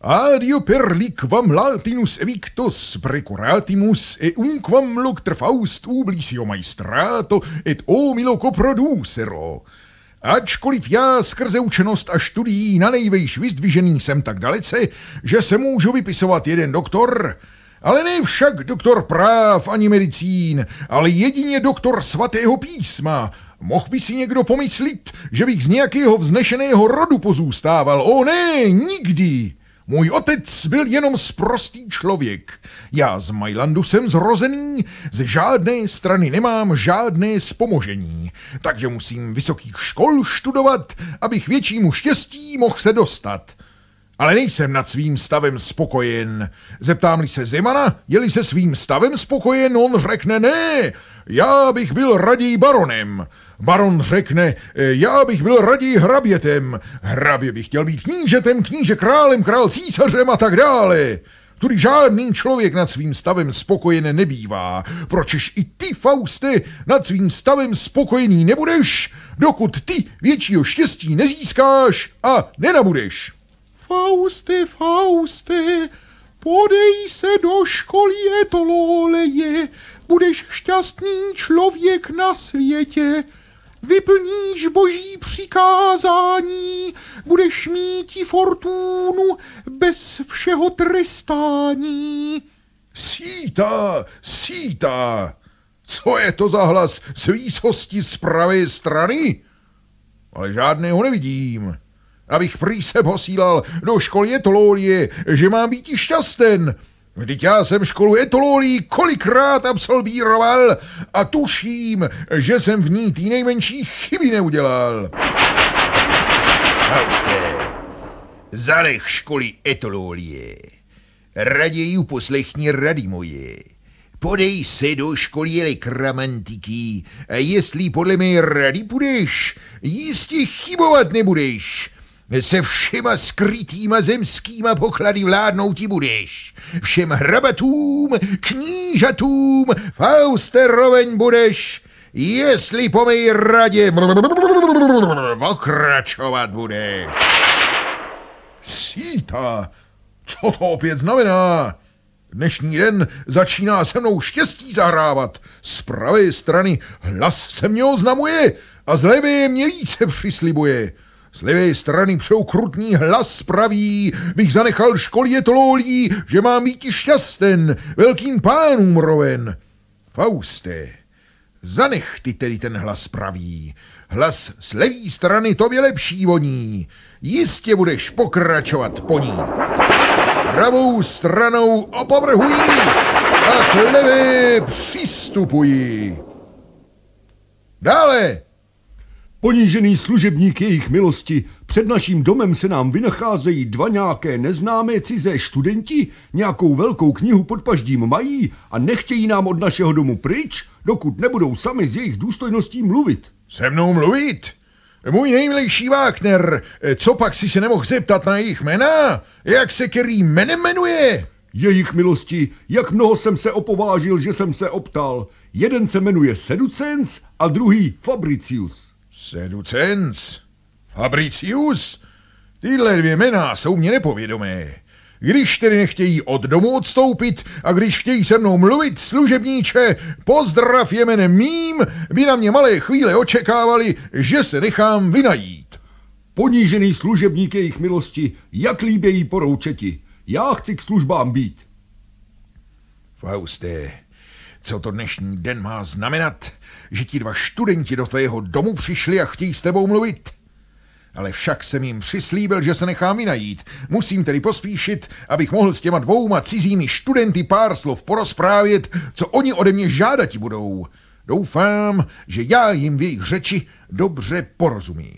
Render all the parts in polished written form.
Adio perliquam latinus evictus precuratimus e unquam locter Faust ublisio maestrato et omilo coproducero. Ačkoliv já skrze učenost a studií na nejvejš vyzdvižený jsem tak dalece, že se můžu vypisovat jeden doktor, ale ne však doktor práv ani medicín, ale jedině doktor svatého písma. Mohl by si někdo pomyslit, že bych z nějakého vznešeného rodu pozůstával. O ne, nikdy! Můj otec byl jenom sprostý člověk. Já z Majlandu jsem zrozený, ze žádné strany nemám žádné spomožení, takže musím vysokých škol študovat, abych většímu štěstí mohl se dostat. Ale nejsem nad svým stavem spokojen. Zeptám-li se Zemana, je-li se svým stavem spokojen, on řekne ne, já bych byl raději baronem. Baron řekne, já bych byl raději hrabětem. Hrabě bych chtěl být knížetem, kníže králem, král císařem a tak dále. Tudy žádný člověk nad svým stavem spokojen nebývá. Pročež i ty, Fauste, nad svým stavem spokojený nebudeš, dokud ty většího štěstí nezískáš a nenabudeš. Fauste, Fauste, podej se do školy etololeje, budeš šťastný člověk na světě. Vyplníš boží přikázání, budeš mít i fortunu bez všeho trestání. Síta, síta, co je to za hlas z výsosti z pravé strany? Ale žádného nevidím. Abych prý se posílal do školy etololie, že mám být i šťasten. Vždyť já jsem školu etololí kolikrát absolvíroval a tuším, že jsem v ní tý nejmenší chyby neudělal. Fauste, zanech školy etololie. Raději uposlechni rady moje. Podej se do školy elektramantiky a jestli podle mé rady půjdeš, jistě chybovat nebudeš. Se všema skrytýma zemskýma poklady vládnout ti budeš. Všem hrabatům, knížatům, Fauste roveň budeš, jestli po mé radě pokračovat budeš. Síta, co to opět znamená? Dnešní den začíná se mnou štěstí zahrávat. Z pravé strany hlas se mě oznamuje a z levé mě více přislibuje. Z levé strany přeukrutný hlas praví, bych zanechal školy etololí, že mám být i šťasten, velkým pánům roven. Fauste, zanech ty tedy ten hlas praví. Hlas z levé strany tobě lepší voní. Jistě budeš pokračovat po ní. Pravou stranou opovrhují a k levé přistupují. Dále. Ponížený služebník jejich milosti, před naším domem se nám vynacházejí dva nějaké neznámé cizé studenti, nějakou velkou knihu pod paždím mají a nechtějí nám od našeho domu pryč, dokud nebudou sami z jejich důstojností mluvit. Se mnou mluvit? Můj nejmilejší Wagner, co pak si se nemohl zeptat na jejich jména? Jak se který jménem jmenuje? Jejich milosti, jak mnoho jsem se opovážil, že jsem se optal. Jeden se jmenuje Seducens a druhý Fabricius. Seducens? Fabricius? Tyhle dvě jména jsou mě nepovědomé. Když tedy nechtějí od domu odstoupit a když chtějí se mnou mluvit, služebníče, pozdrav je jménem mým, by na mě malé chvíle očekávali, že se nechám vynajít. Ponížený služebník jejich milosti, jak líbějí poroučeti. Já chci k službám být. Fauste, co to dnešní den má znamenat, že ti dva studenti do tvého domu přišli a chtějí s tebou mluvit? Ale však jsem jim přislíbil, že se nechám vynajít. Musím tedy pospíšit, abych mohl s těma dvouma cizími studenty pár slov porozprávět, co oni ode mě žádati budou. Doufám, že já jim v jejich řeči dobře porozumím.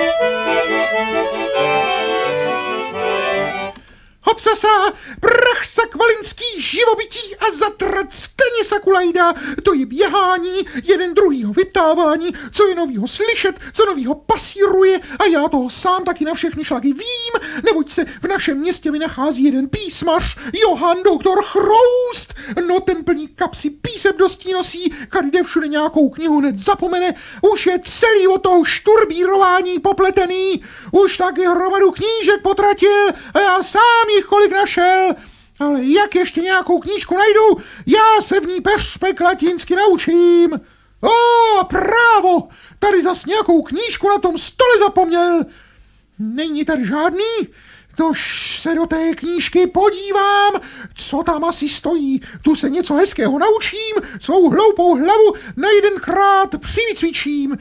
Hopsasa, prach sakvalinský živobytí a zatrackaně sakulajda. To je běhání, jeden druhýho vyptávání, co je novýho slyšet, co novýho pasíruje a já toho sám taky na všechny šlaky vím, neboť se v našem městě vynachází jeden písmař, Johann doktor Chroust. No ten plní kapsy písemností nosí, kde všude nějakou knihu hned zapomene, už je celý od toho šturbírování popletený, už taky hromadu knížek potratil a já sám jich kolik našel. Ale jak ještě nějakou knížku najdu, já se v ní peršpek latinsky naučím. O, právo, tady zas nějakou knížku na tom stole zapomněl. Není tady žádný? Tož se do té knížky podívám, co tam asi stojí. Tu se něco hezkého naučím, svou hloupou hlavu na jedenkrát přivycvičím.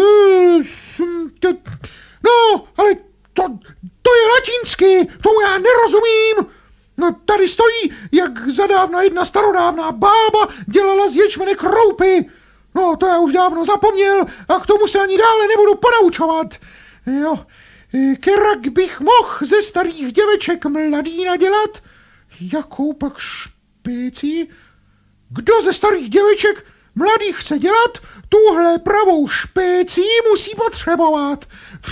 No, ale to je latinsky, tomu já nerozumím. No tady stojí, jak zadávna jedna starodávná bába dělala z ječmene kroupy. No to já už dávno zapomněl a k tomu se ani dále nebudu ponaučovat. Jo, kerak bych mohl ze starých děveček mladý nadělat? Jakou pak špéci? Kdo ze starých děveček mladých chce dělat, tuhle pravou špéci musí potřebovat.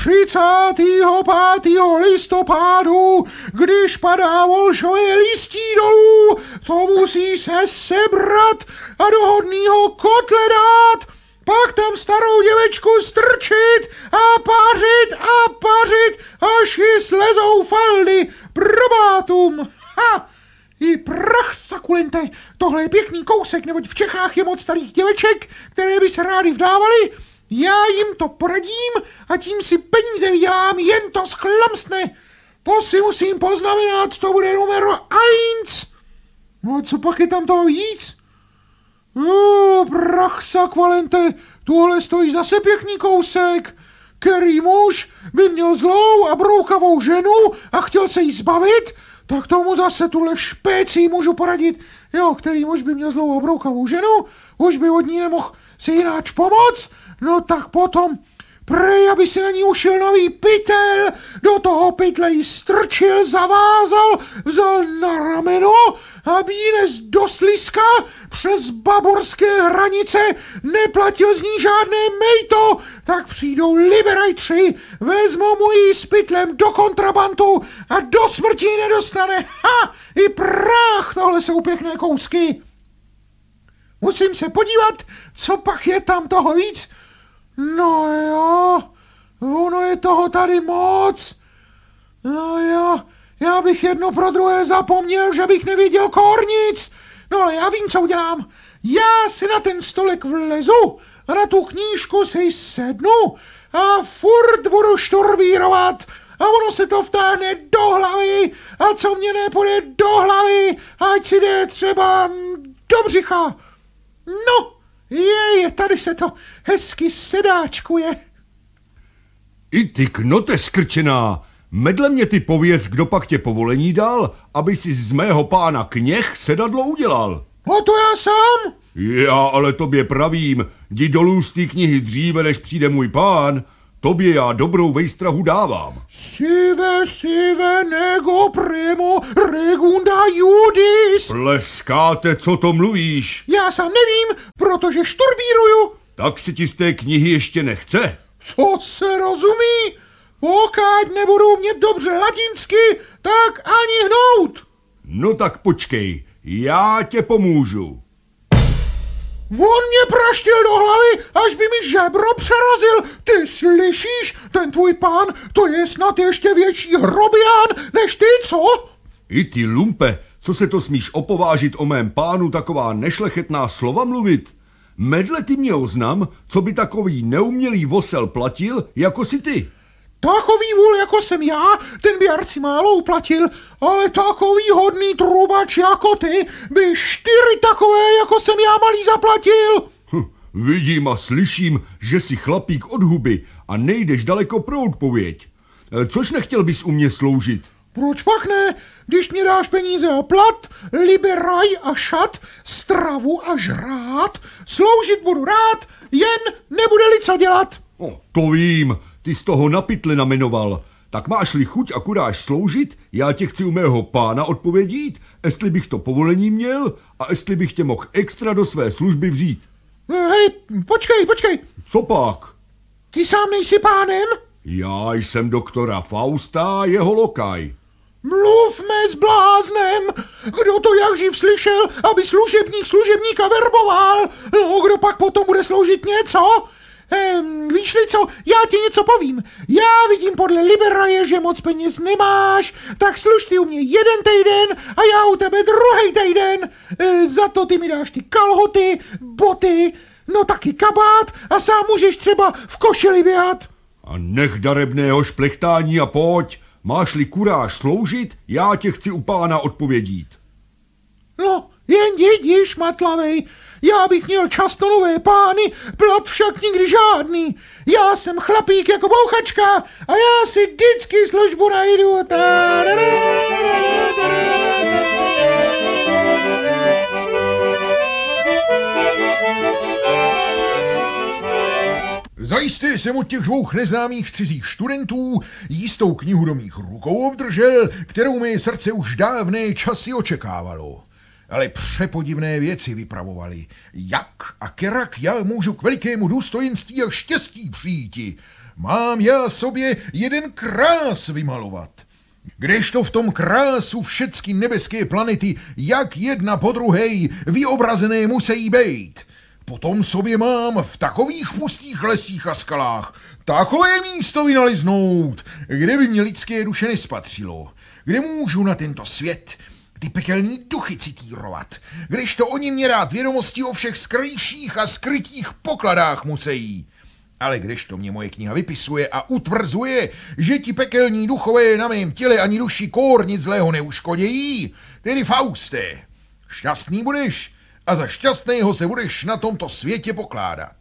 35. listopadu, když padá volšové listí dolů, to musí se sebrat a do hodnýho kotle dát, pak tam starou děvečku strčit a pařit, až ji slezou faldy. Probátum! Ha! I prach, sakulente, tohle je pěkný kousek, neboť v Čechách je moc starých děveček, které by se rády vdávaly. Já jim to poradím a tím si peníze vydělám, jen to schlamstne. To si musím poznamenat, to bude numero 1. No a co pak je tam toho víc? Prach, sakvalente, tohle stojí zase pěkný kousek. Který muž by měl zlou a broukavou ženu a chtěl se jí zbavit, tak tomu zase tuhle špéci můžu poradit. Jo, který muž by měl zlou a broukavou ženu, už by od ní nemohl si jináč pomoct, no tak potom prej, aby si na ní ušil nový pytel, do toho pytle ji strčil, zavázal, vzal na rameno, aby ji nes do Slizska přes baborské hranice, neplatil z ní žádné mejto, tak přijdou liberajtři, vezmou mu ji s pytlem do kontrabantu a do smrti ji nedostane. Ha! I prach, tohle jsou pěkné kousky. Musím se podívat, co pak je tam toho víc. No jo, ono je toho tady moc. No jo, já bych jedno pro druhé zapomněl, že bych neviděl kornic. No ale já vím, co udělám. Já si na ten stolek vlezu a na tu knížku si sednu a furt budu šturbírovat a ono se to vtáhne do hlavy a co mě nepůjde do hlavy, ať si jde třeba do břicha. No, tady se to hezky sedáčkuje. I ty knote skrčená, medle mě ty pověz, kdo pak tě povolení dal, aby si z mého pána kněh sedadlo udělal. No to já sám. Já ale tobě pravím, jdi dolů z té knihy dříve, než přijde můj pán, tobě já dobrou vejstrahu dávám. Sive nego primo regunda judis. Pleskáte, co to mluvíš? Já sám nevím, protože šturbíruju. Tak si ti z té knihy ještě nechce? Co se rozumí? Pokud nebudu umět dobře latinsky, tak ani hnout. No tak počkej, já tě pomůžu. On mě praštil do hlavy, až by mi žebro přerazil. Ty slyšíš? Ten tvůj pán, to je snad ještě větší hrobián než ty, co? I ty lumpe, co se to smíš opovážit o mém pánu taková nešlechetná slova mluvit? Medle ty mě oznam, co by takový neumělý vosel platil, jako si ty. Takový vůl, jako jsem já, ten by arci málo uplatil, ale takový hodný trubač jako ty by 4 takové, jako jsem já, malý zaplatil. Vidím a slyším, že jsi chlapík od huby a nejdeš daleko pro odpověď. Což nechtěl bys u mě sloužit? Proč pak ne? Když mě dáš peníze a plat, liberaj a šat, stravu a žrát, sloužit budu rád, jen nebude-li co dělat. To vím, ty z toho na pytle namenoval. Tak máš-li chuť a kuráž sloužit, já tě chci u mého pána odpovědít, jestli bych to povolení měl a jestli bych tě mohl extra do své služby vzít. Hej, počkej. Co pak? Ty sám nejsi pánem? Já jsem doktora Fausta, jeho lokaj. Mluvme s bláznem. Kdo to jak živ slyšel, aby služebník služebníka verboval? No, kdo pak potom bude sloužit něco? Víš-li co, já ti něco povím. Já vidím podle liberaje, že moc peněz nemáš, tak služ ty u mě 1 týden a já u tebe 2. týden. Za to ty mi dáš ty kalhoty, boty, no taky kabát a sám můžeš třeba v košili běhat. A nech darebného šplechtání a pojď. Máš-li kuráž sloužit, já tě chci u pána odpovědít. No, jen jdi, šmatlavej. Já bych měl často nové pány, plat však nikdy žádný. Já jsem chlapík jako bouchačka a já si vždycky službu najdu. Zajisté jsem od těch 2 neznámých cizích studentů jistou knihu do mých rukou obdržel, kterou mé srdce už dávné časy očekávalo. Ale přepodivné věci vypravovali. Jak a kerak já můžu k velikému důstojenství a štěstí přijíti? Mám já sobě jeden krás vymalovat. Kdežto v tom krásu všecky nebeské planety, jak jedna po druhej, vyobrazené musejí bejt. Potom sobě mám v takových pustých lesích a skalách takové místo vynaliznout, kde by mě lidské duše nespatřilo, kde můžu na tento svět ty pekelní duchy citírovat, kdežto oni mě rád vědomosti o všech skrýších a skrytých pokladách musejí. Ale kdežto mě moje kniha vypisuje a utvrzuje, že ti pekelní duchové na mém těle ani duši kór nic zlého neuškodějí, tedy Fauste, šťastný budeš a za šťastného se budeš na tomto světě pokládat.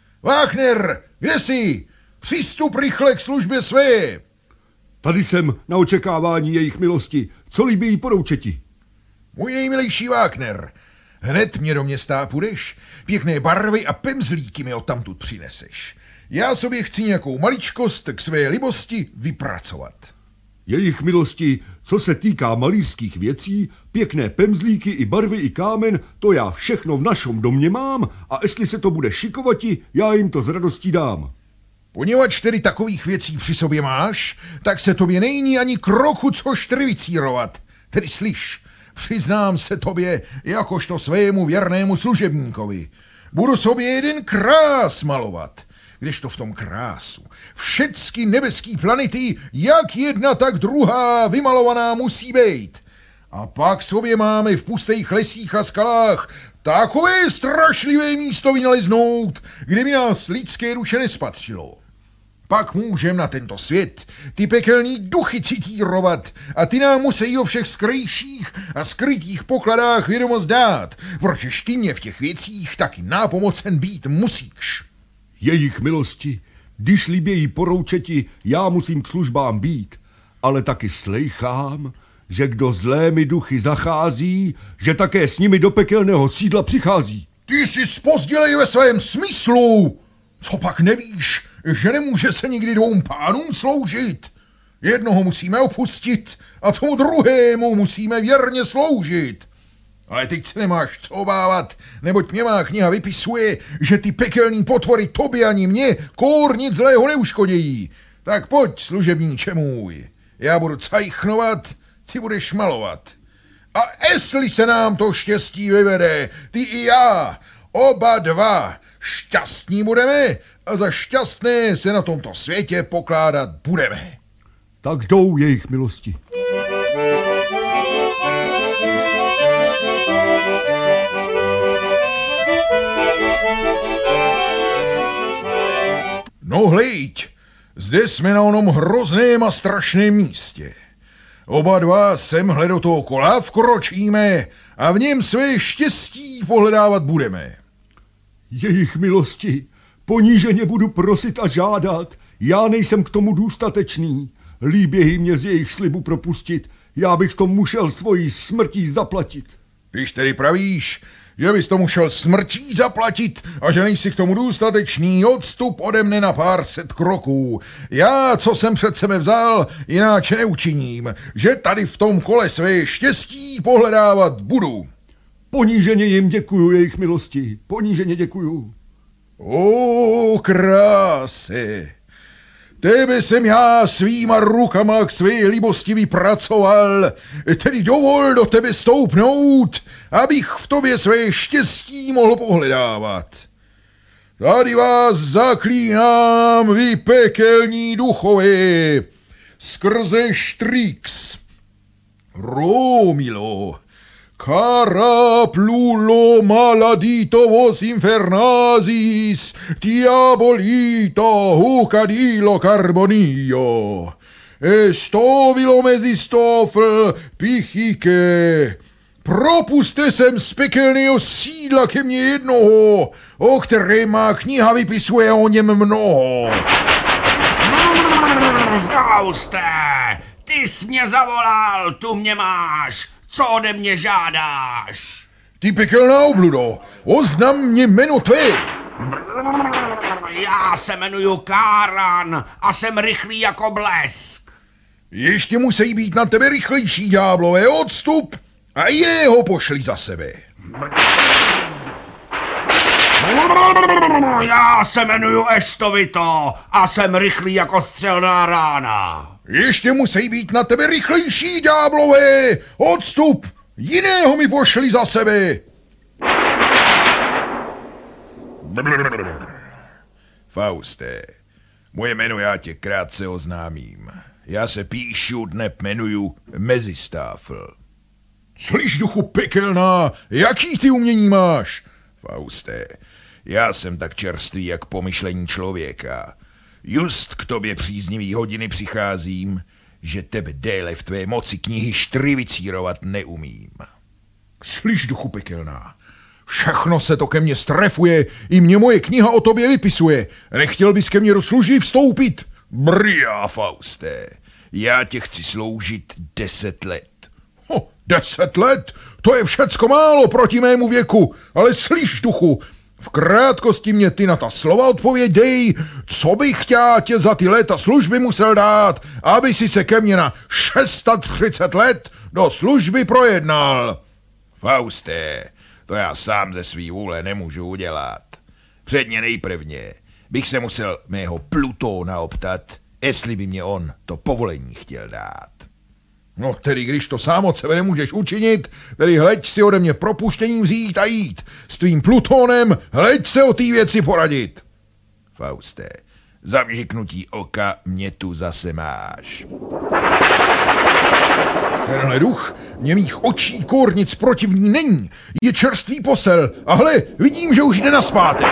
Wagner, kde jsi? Přistup rychle k službě své. Tady jsem na očekávání jejich milosti. Co líbí jí poroučeti? Můj nejmilejší Wagner, hned mě do města půjdeš, pěkné barvy a pemzlíky mi odtamtud přineseš. Já sobě chci nějakou maličkost k své libosti vypracovat. Jejich milosti, co se týká malířských věcí, pěkné pemzlíky i barvy i kámen, to já všechno v našom domě mám a jestli se to bude šikovati, já jim to s radostí dám. Poněvadž tedy takových věcí při sobě máš, tak se tobě nejní ani kroku co štrvicírovat. Tedy slyš, přiznám se tobě jakožto svému věrnému služebníkovi. Budu sobě jeden krás malovat, kdežto v tom krásu všecky nebeský planety, jak jedna, tak druhá, vymalovaná musí být. A pak sobě máme v pustých lesích a skalách takové strašlivé místo vynaliznout, kde by nás lidské duše nespatřilo. Pak můžem na tento svět ty pekelní duchy citírovat a ty nám musí o všech skrýších a skrytých pokladách vědomost dát, protože ty mě v těch věcích taky nápomocen být musíš. Jejich milosti, když líbějí poroučeti, já musím k službám být, ale taky slejchám, že kdo zlémi duchy zachází, že také s nimi do pekelného sídla přichází. Ty jsi zpozdilej ve svém smyslu. Co pak nevíš, že nemůže se nikdy 2 pánům sloužit? Jednoho musíme opustit a tomu druhému musíme věrně sloužit. Ale teď se nemáš co obávat, neboť mě má kniha vypisuje, že ty pekelní potvory tobě ani mě kór nic zlého neuškodějí. Tak pojď, služebníče můj, já budu cajchnovat, ty budeš malovat. A jestli se nám to štěstí vyvede, ty i já, oba dva, šťastní budeme a za šťastné se na tomto světě pokládat budeme. Tak jdou jejich milosti. No hlejď, zde jsme na onom hrozném a strašném místě. Oba dva semhle do toho kola vkročíme a v něm své štěstí pohledávat budeme. Jejich milosti, poníženě budu prosit a žádat, já nejsem k tomu dostatečný. Líbějí mě z jejich slibu propustit, já bych to musel svojí smrtí zaplatit. Když tedy pravíš, že bys to musel smrtí zaplatit a že nejsi k tomu dostatečný odstup ode mne na pár set kroků. Já, co jsem před sebe vzal, jináč neučiním, že tady v tom kole své štěstí pohledávat budu. Poníženě jim děkuju, jejich milosti, poníženě děkuju. O, krásy! Tebe jsem já svýma rukama k své libosti vypracoval, tedy dovol do tebe stoupnout, abych v tobě své štěstí mohl pohledávat. Tady vás zaklínám, vy pekelní duchové, skrze Štrix, Romilo, cara plulo maladito vos infernazis, diabolito hucadilo carbonio, estovilo mezistofl pichike. Propuste sem z pekelného sídla ke mně jednoho, o které má kniha vypisuje o něm mnoho. Fauste, ty jsi mě zavolal, tu mě máš. Co ode mě žádáš? Ty pekelná obludo, oznam mě jméno tvé. Já se jmenuju Káran a jsem rychlý jako blesk. Ještě musí být na tebe rychlejší, ďáblové, odstup a jiného pošli za sebe. Já se jmenuju Eštovito a jsem rychlý jako střelná rána. Ještě musí být na tebe rychlejší, ďáblové, odstup, jiného mi pošli za sebe. Fauste, moje jméno já tě krátce oznámím. Já se píšu, dneb jmenuju Mezistáfl. Slyš, duchu pekelná, jaký ty umění máš? Fauste, já jsem tak čerstvý, jak pomyšlení člověka. Just k tobě příznivý hodiny přicházím, že tebe déle v tvé moci knihy štrivicírovat neumím. Slyš, duchu pekelná, všechno se to ke mně strefuje, i mě moje kniha o tobě vypisuje. Nechtěl bys ke mně do služby vstoupit? Bria, Fauste, já tě chci sloužit 10 let. 10 let? To je všecko málo proti mému věku, ale slyš, duchu, v krátkosti mě ty na ta slova odpověď dej, co bych chtěl tě za ty léta služby musel dát, aby si se ke mně na 630 let do služby projednal. Fauste, to já sám ze svý vůle nemůžu udělat. Předně nejprvně bych se musel mého Plutóna optat, jestli by mě on to povolení chtěl dát. No tedy, když to sám od sebe nemůžeš učinit, tedy hleď si ode mě propuštěním vzít a jít. S tvým Plutónem hleď se o té věci poradit. Fauste, za mžiknutí oka mě tu zase máš. Tenhle duch němých očí kórnic protivný není, je čerstvý posel a hle, vidím, že už jde naspátek.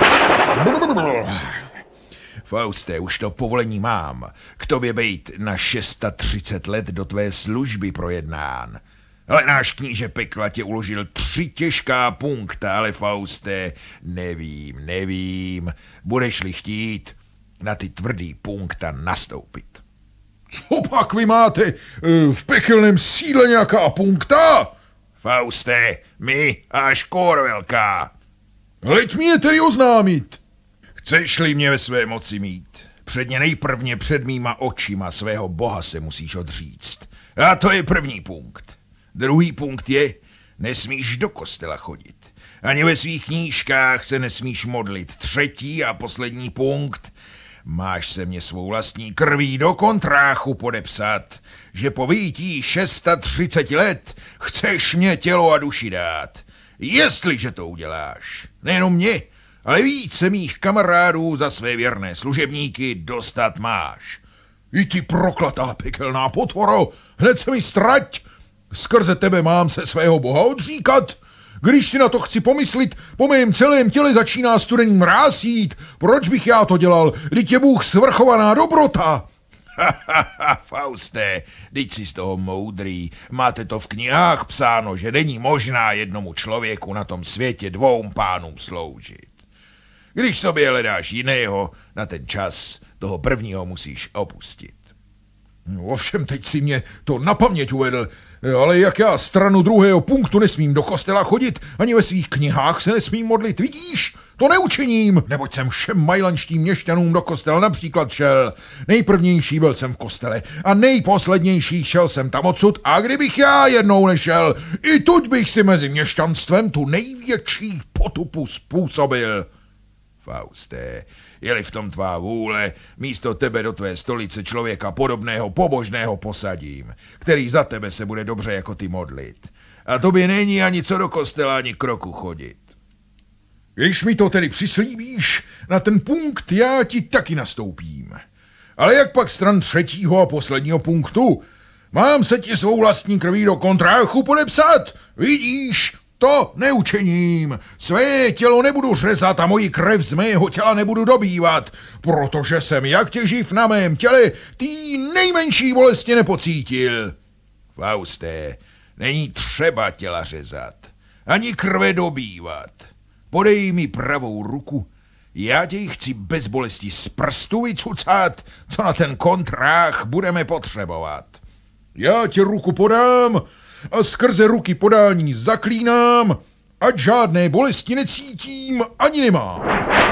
Fauste, už to povolení mám. K tobě bejt na 630 let do tvé služby projednán. Ale náš kníže pekla tě uložil 3 těžká punkta, ale Fauste, nevím. Budeš-li chtít na ty tvrdý punkta nastoupit. Co pak vy máte v pekelném sídle nějaká punkta? Fauste, my až kór velká. Hleď mi je tedy oznámit. Chceš-li mě ve své moci mít, předně nejprvně před mýma očima svého boha se musíš odříct. A to je první punkt. Druhý punkt je, nesmíš do kostela chodit. Ani ve svých knížkách se nesmíš modlit. Třetí a poslední punkt, máš se mě svou vlastní krví do kontráchu podepsat, že po vyjití 630 let chceš mě tělo a duši dát. Jestliže to uděláš, nejenom mě, ale více mých kamarádů za své věrné služebníky dostat máš. I ty proklatá pekelná potvoro, hned se mi strať, skrze tebe mám se svého boha odříkat. Když si na to chci pomyslit, po mém celém těle začíná studený mráz jít. Proč bych já to dělal? Vždyť je Bůh svrchovaná dobrota. Fauste, vždyť jsi z toho moudrý. Máte to v knihách psáno, že není možná jednomu člověku na tom světě 2 pánům sloužit. Když sobě hledáš jiného, na ten čas toho prvního musíš opustit. No, ovšem teď si mě to na paměť uvedl, ale jak já stranu druhého punktu nesmím do kostela chodit, ani ve svých knihách se nesmím modlit, vidíš? To neučiním, neboť jsem všem majlanštím měšťanům do kostela například šel. Nejprvnější byl jsem v kostele a nejposlednější šel jsem tam odsud a kdybych já jednou nešel, i tuď bych si mezi měšťanstvem tu největší potupu způsobil. Fauste, je-li v tom tvá vůle, místo tebe do tvé stolice člověka podobného pobožného posadím, který za tebe se bude dobře jako ty modlit. A tobě není ani co do kostela, ani kroku chodit. Když mi to tedy přislíbíš, na ten punkt já ti taky nastoupím. Ale jak pak stran třetího a posledního punktu? Mám se ti svou vlastní krví do kontráchu podepsat? Vidíš? To neučiním. Své tělo nebudu řezat a moji krev z mého těla nebudu dobývat, protože jsem jak těživ na mém těle tý nejmenší bolesti nepocítil. Fauste, není třeba těla řezat, ani krve dobývat. Podej mi pravou ruku, já tě chci bez bolesti z prstu vycucat, co na ten kontrách budeme potřebovat. Já ti ruku podám a skrze ruky podání zaklínám, ať žádné bolesti necítím ani nemám.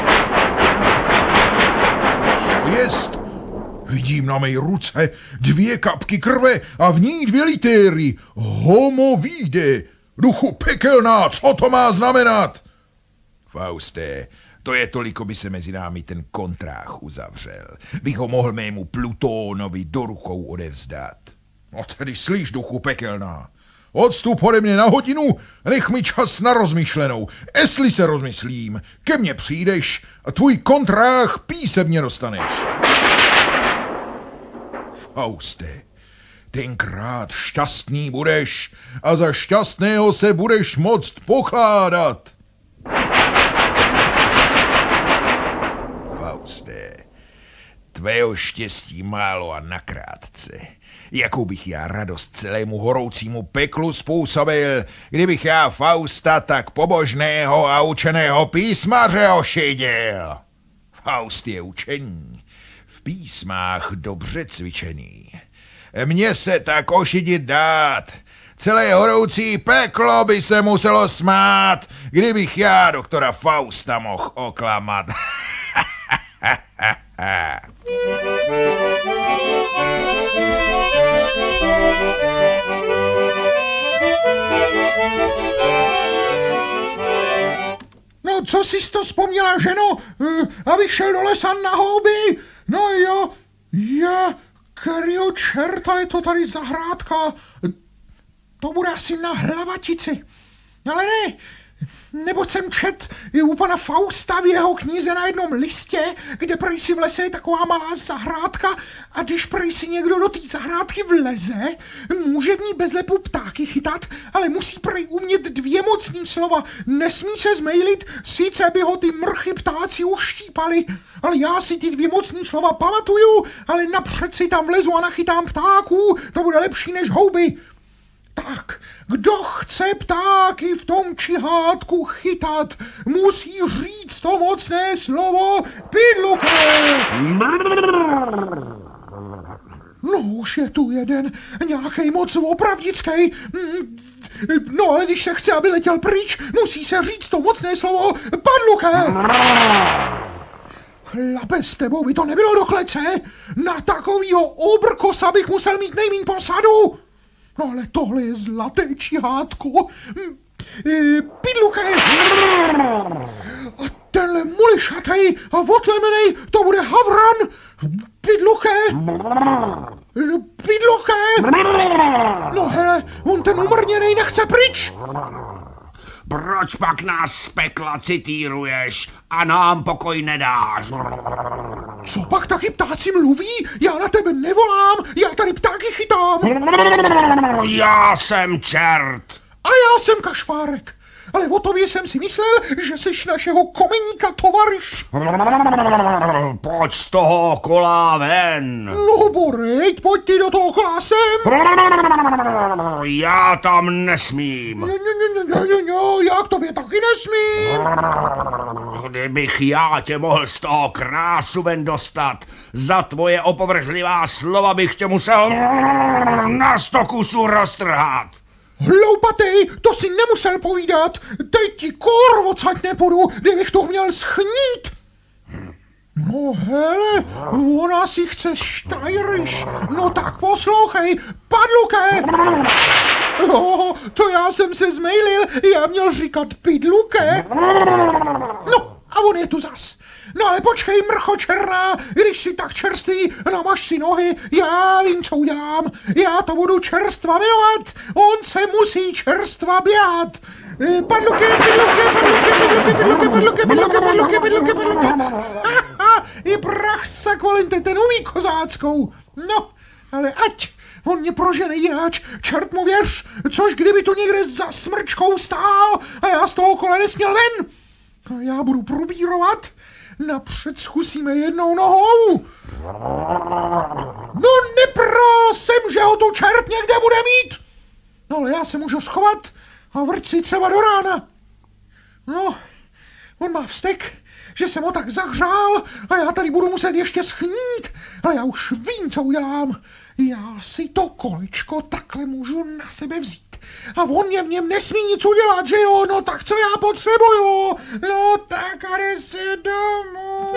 Co jest? Vidím na mé ruce 2 kapky krve a v ní 2 litéry. Homo vide. Duchu pekelná, co to má znamenat? Fauste, to je toliko, by se mezi námi ten kontrách uzavřel. Bych ho mohl mému Plutónovi do rukou odevzdat. No tedy slyš, duchu pekelná. Odstup ode mě na hodinu, nech mi čas na rozmyšlenou. Jestli se rozmyslím, ke mně přijdeš a tvůj kontrách písemně dostaneš. Fauste, tenkrát šťastný budeš a za šťastného se budeš moct pokládat. Fauste, tvého štěstí málo a nakrátce. Jakou bych já radost celému horoucímu peklu způsobil, kdybych já Fausta tak pobožného a učeného písmaře ošidil. Faust je učení, v písmách dobře cvičený. Mně se tak ošidit dát. Celé horoucí peklo by se muselo smát, kdybych já doktora Fausta mohl oklamat. No, co jsi to vzpomněla, ženo, abych šel do lesa na houby? No jo, kterýho čerta je to tady zahrádka? To bude asi na Hlavatici. Ale ne, neboť jsem čet u pana Fausta v jeho knize na jednom listě, kde prej si v lese je taková malá zahrádka a když prej si někdo do té zahrádky vleze, může v ní bez lepu ptáky chytat, ale musí prej umět 2 mocný slova. Nesmí se zmejlit, sice by ho ty mrchy ptáci uštípali, ale já si ty 2 mocný slova pamatuju, ale napřed si tam vlezu a nachytám ptáků, to bude lepší než houby. Tak, kdo chce ptáky v tom čihátku chytat, musí říct to mocné slovo Pidluke. No už je tu jeden, nějakej moc opravdický. No ale když se chce, aby letěl pryč, musí se říct to mocné slovo Padluke. Chlape, s tebou by to nebylo do klece. Na takovýho obrkosa bych musel mít nejmíň posadu. No ale tohle je zlaté čihátko. Pidluke. A tenhle mulišatej a otlemenej, to bude havran. Pidluke. Pidluke. No hele, on ten umrněnej nechce pryč. Proč pak nás z pekla citíruješ a nám pokoj nedáš? Co pak taky ptáci mluví? Já na tebe nevolám, já tady ptáky chytám. Já jsem čert. A já jsem kašpárek. ale o tobě jsem si myslel, že jsi našeho komeníka tovaryš. Pojď z toho kola ven. No borejť, pojď ty do toho kola sem. Já tam nesmím. Já k tobě taky nesmím. Kdybych já tě mohl z toho krásu ven dostat, za tvoje opovržlivá slova bych tě musel na 100 kusů roztrhat. Hloupatej, to si nemusel povídat. Teď ti kor odsaď nepůjdu, kdybych to měl schnít. No hele, ona si chce štajryš. No tak poslouchej, padluke. Jo, to já jsem se zmejlil, já měl říkat pidluke. No, a on je tu zas. No ale počkej, mrcho černá, když si tak čerstvý, namaž si nohy, já vím, co udělám. Já to budu čerstva jmenovat, on se musí čerstva běhat. Padluke. I prach sakvalente, ten umí kozáckou. No, ale ať, on mě prožene jináč, čert mu věř, což kdyby tu někde za smrčkou stál a já z toho kola nesměl ven. A já budu probírovat, napřed zkusíme jednou nohou. No nepral jsem, že ho tu čert někde bude mít. No ale já se můžu schovat a vrť si třeba do rána. No, on má vztek, že jsem ho tak zahřál a já tady budu muset ještě schnít. A já už vím, co udělám. Já si to kolečko takhle můžu na sebe vzít. A on mě v něm nesmí nic udělat, že jo? No tak co já potřebuju? No tak a jde si domů.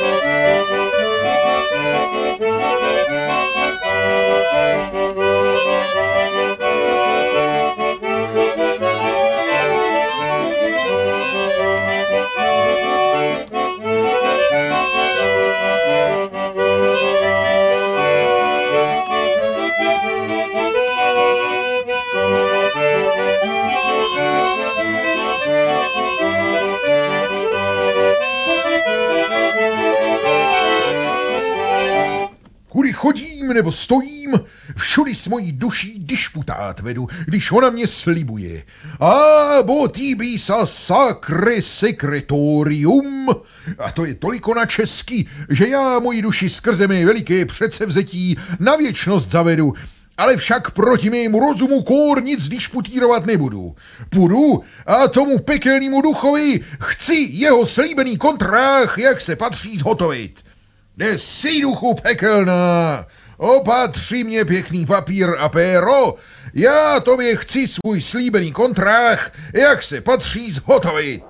Kudy chodím nebo stojím, všudy s mojí duší disputát vedu, když ona mě slibuje. A bo tibi sa sacre secretorium. A to je toliko na česky, že já moji duši skrze mé veliké předsevzetí na věčnost zavedu, ale však proti mému rozumu kór nic disputírovat nebudu. Půjdu a tomu pekelnému duchovi chci jeho slíbený kontrách, jak se patří, zhotovit. Jde si, duchu pekelná, opatři mě pěkný papír a péro, já tobě chci svůj slíbený kontrách, jak se patří, zhotovit.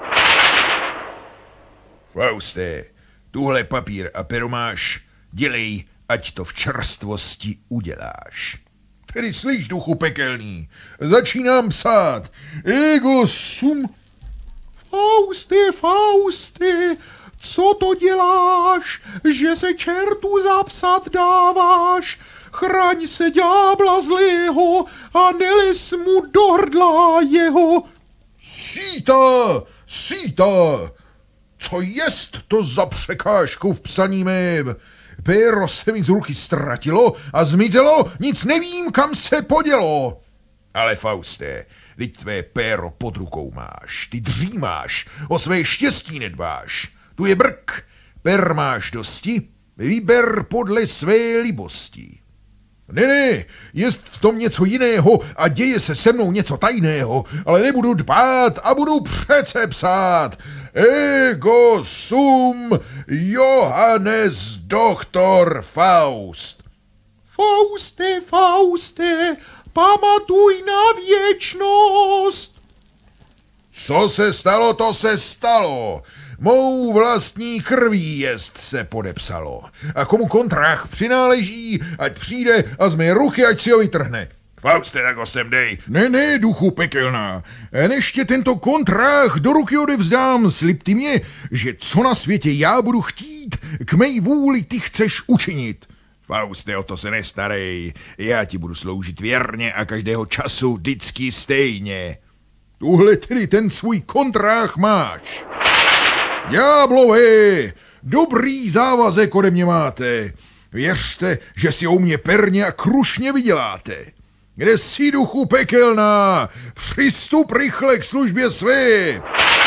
Fauste, tuhle papír a péro máš, dělej, ať to v čerstvosti uděláš. Tedy slyš, duchu pekelný, začínám psát. Ego sum... Fauste, co to děláš, že se čertu zapsat dáváš? Chraň se ďábla zlého a neles mu do hrdla jeho. Síta, co jest to za překážku v psaní mém? Péro se mi z ruky ztratilo a zmizelo, nic nevím, kam se podělo. Ale Fauste, teď tvé péro pod rukou máš, ty dřímáš, o své štěstí nedbáš. Tu je brk, per máš dosti, vyber podle své libosti. Ne, jest v tom něco jiného a děje se se mnou něco tajného, ale nebudu dbát a budu přece psát. Ego sum Johannes doktor Faust. Fauste, pamatuj na věčnost. Co se stalo, to se stalo. Mou vlastní krví jest se podepsalo. A komu kontrakt přináleží, ať přijde a z mé ruky, ať si ho vytrhne. Fauste, tak ho sem dej. Ne, duchu pekelná. Než tě tento kontrakt do ruky odevzdám, slib ty mě, že co na světě já budu chtít, k mé vůli ty chceš učinit. Fauste, o to se nestarej. Já ti budu sloužit věrně a každého času vždycky stejně. Tuhle tedy ten svůj kontrakt máš. Ďáblové, dobrý závazek ode mě máte. Věřte, že si o mě perně a krušně vyděláte. Kde jsi, duchu pekelná? Přistup rychle k službě své.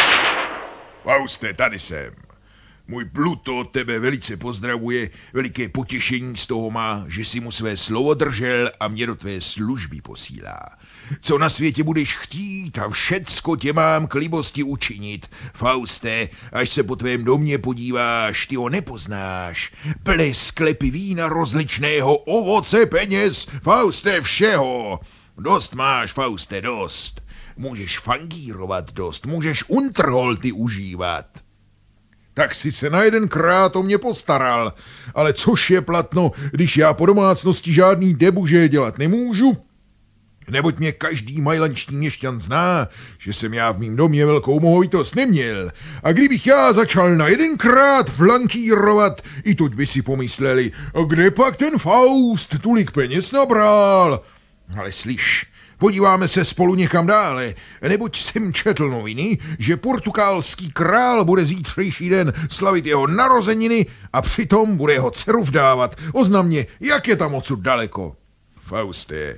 Fauste, tady jsem. Můj Pluto od tebe velice pozdravuje, veliké potěšení z toho má, že si mu své slovo držel a mě do tvé služby posílá. Co na světě budeš chtít a všecko tě mám k libosti učinit. Fauste, až se po tvém domě podíváš, ty ho nepoznáš. Plné sklepy vína rozličného, ovoce, peněz, Fauste, všeho. Dost máš, Fauste, dost. Můžeš fangírovat dost, můžeš Unterholty užívat. Tak si se na jedenkrát o mě postaral, ale což je platno, když já po domácnosti žádný debuže dělat nemůžu? Neboť mě každý majlanční měšťan zná, že jsem já v mým domě velkou movitost neměl. A kdybych já začal na jedenkrát flankírovat, i toť by si pomysleli, kde pak ten Faust tolik peněz nabral? Ale slyš, podíváme se spolu někam dále, neboť jsem četl noviny, že portugalský král bude zítřejší den slavit jeho narozeniny a přitom bude jeho dceru vdávat. Oznam mě, jak je tam odsud daleko? Fauste,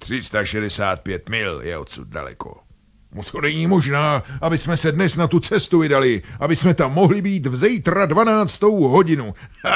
365 mil je odsud daleko. No to není možná, aby jsme se dnes na tu cestu vydali, aby jsme tam mohli být v zítra 12. hodinu.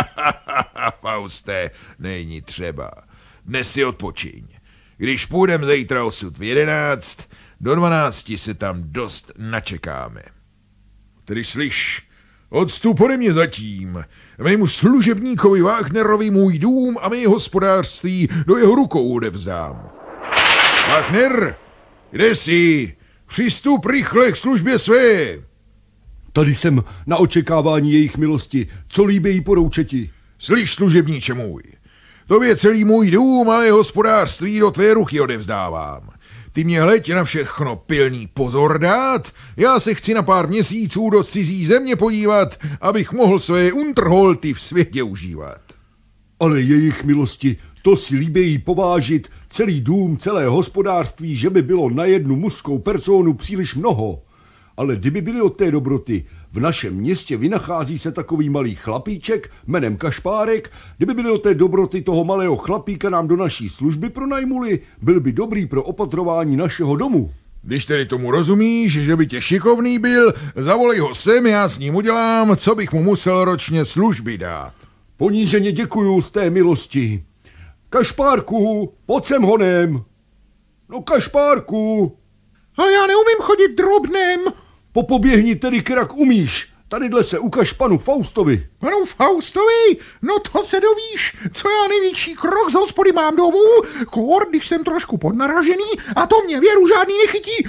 Fauste, není třeba. Dnes si odpočiň. Když půjdem zítra osud v 11, do 12 se tam dost načekáme. Tedy slyš, odstup ode mě zatím. Mému služebníkovi Wagnerovi můj dům a mé hospodářství do jeho rukou odevzdám. Wagner, kde jsi? Přistup rychle k službě své. Tady jsem na očekávání jejich milosti, co líbí poroučeti. Slyš, služebníče můj, tobě celý můj dům a jeho hospodářství do tvé ruky odevzdávám. Ty mě hleď na všechno pilný pozor dát, já se chci na pár měsíců do cizí země podívat, abych mohl své Unterholty v světě užívat. Ale jejich milosti, to si líbějí povážit celý dům, celé hospodářství, že by bylo na jednu mužskou personu příliš mnoho. Ale kdyby byli od té dobroty, v našem městě vynachází se takový malý chlapíček jménem Kašpárek, kdyby byli od té dobroty toho malého chlapíka nám do naší služby pronajmuli, byl by dobrý pro opatrování našeho domu. Když tedy tomu rozumíš, že by tě šikovný byl, zavolej ho sem, já s ním udělám, co bych mu musel ročně služby dát. Poníženě děkuju z té milosti. Kašpárku, pojď sem honem. No Kašpárku. Ale já neumím chodit drobnem. Popoběhni tedy, kerak umíš. Tadyhle se ukaž panu Faustovi. Panu Faustovi? No to se dovíš, co já největší krok z hospody mám domů, kor, když jsem trošku podnaražený a to mě věru žádný nechytí.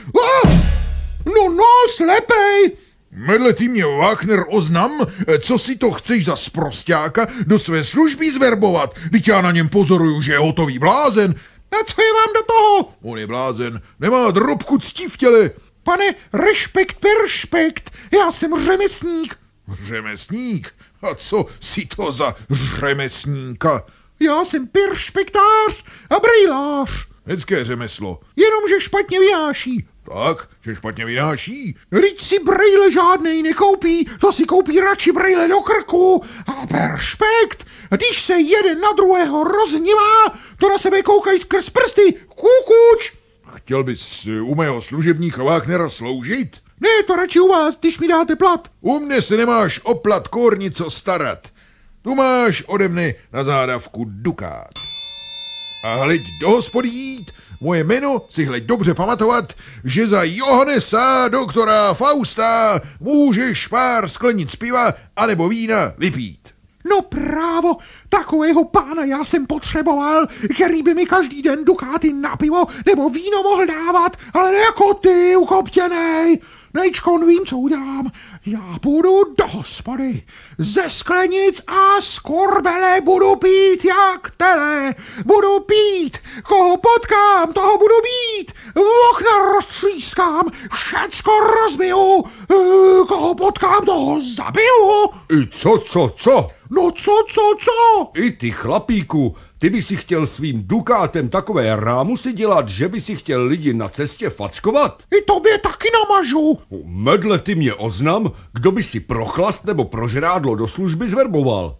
No, slepej! Medle ty mě, Wagner, oznam, co si to chceš za sprosťáka do své služby zverbovat, teď já na něm pozoruju, že je hotový blázen. A co je vám do toho? On je blázen, nemá drobku cti v těle. Pane, respekt peršpekt, já jsem řemesník. Řemesník? A co si to za řemesníka? Já jsem peršpektář a brejlář. Hezké řemeslo. Jenomže špatně vynáší. Tak, že špatně vynáší? Vždyť si brejle žádnej nekoupí, to si koupí radši brejle do krku. A peršpekt, když se jeden na druhého rozhnívá, to na sebe koukají skrz prsty, kukuč. Chtěl bys u mého služebníka Wagnera sloužit? Ne, to radši u vás, když mi dáte plat. U mne se nemáš o plat kórni co starat. Tu máš ode mne na zádavku dukát. A hleď do hospody jít, moje jméno si hleď dobře pamatovat, že za Johannesa doktora Fausta můžeš pár sklenic piva anebo vína vypít. No právo, takového pána já jsem potřeboval, který by mi každý den dukáty na pivo nebo víno mohl dávat, ale ne jako ty, ukoptěnej. Nejčkon, vím, co udělám. Já půjdu do hospody. Ze sklenic a z korbele budu pít jak tele. Budu pít. Koho potkám, toho budu bít. Okna roztřískám. Všecko rozbiju. Koho potkám, toho zabiju. I co? No co? I ty, chlapíku, ty by si chtěl svým dukátem takové rámusy dělat, že by si chtěl lidi na cestě fackovat? I tobě taky namažu. Medle ty mě oznam, kdo by si pro chlast nebo pro žrádlo do služby zverboval.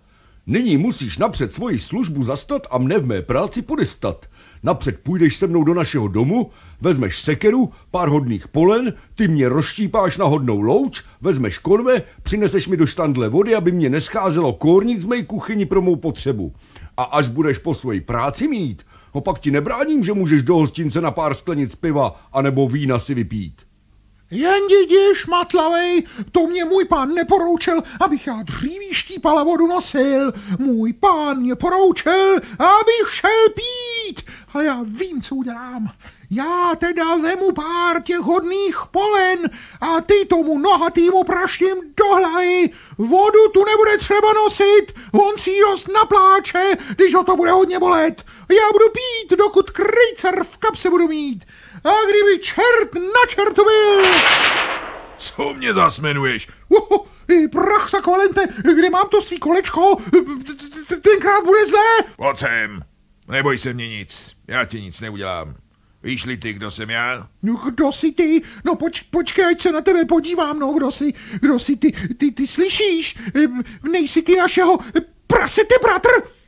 Nyní musíš napřed svoji službu zastat a mne v mé práci podestat. Napřed půjdeš se mnou do našeho domu, vezmeš sekeru, pár hodných polen, ty mě rozštípáš na hodnou louč, vezmeš konve, přineseš mi do štandle vody, aby mě nescházelo kórnic z mé kuchyni pro mou potřebu. A až budeš po svoji práci mít, opak ti nebráním, že můžeš do hostince na pár sklenic piva anebo vína si vypít. Jen didi šmatlavej, to mě můj pán neporoučel, abych já dříví štípal a vodu nosil. Můj pán mě poroučel, abych šel pít. A já vím, co udělám. Já teda vemu pár těch hodných polen a ty tomu nohatýmu praštím do hlavy. Vodu tu nebude třeba nosit, on si ji dost napláče, když ho to bude hodně bolet. Já budu pít, dokud krejcar v kapse budu mít. A kdyby čert na čertu byl... Co mě zasmenuješ? Prach sakvalente, kde mám to svý kolečko? Tenkrát bude zlé. Pojď sem. Neboj se mě nic. Já ti nic neudělám. Víš-li ty, kdo jsem já? No, kdo jsi ty? No počkej, ať se na tebe podívám, no, kdo jsi ty? Ty slyšíš? Nejsi ty našeho prasete bratr?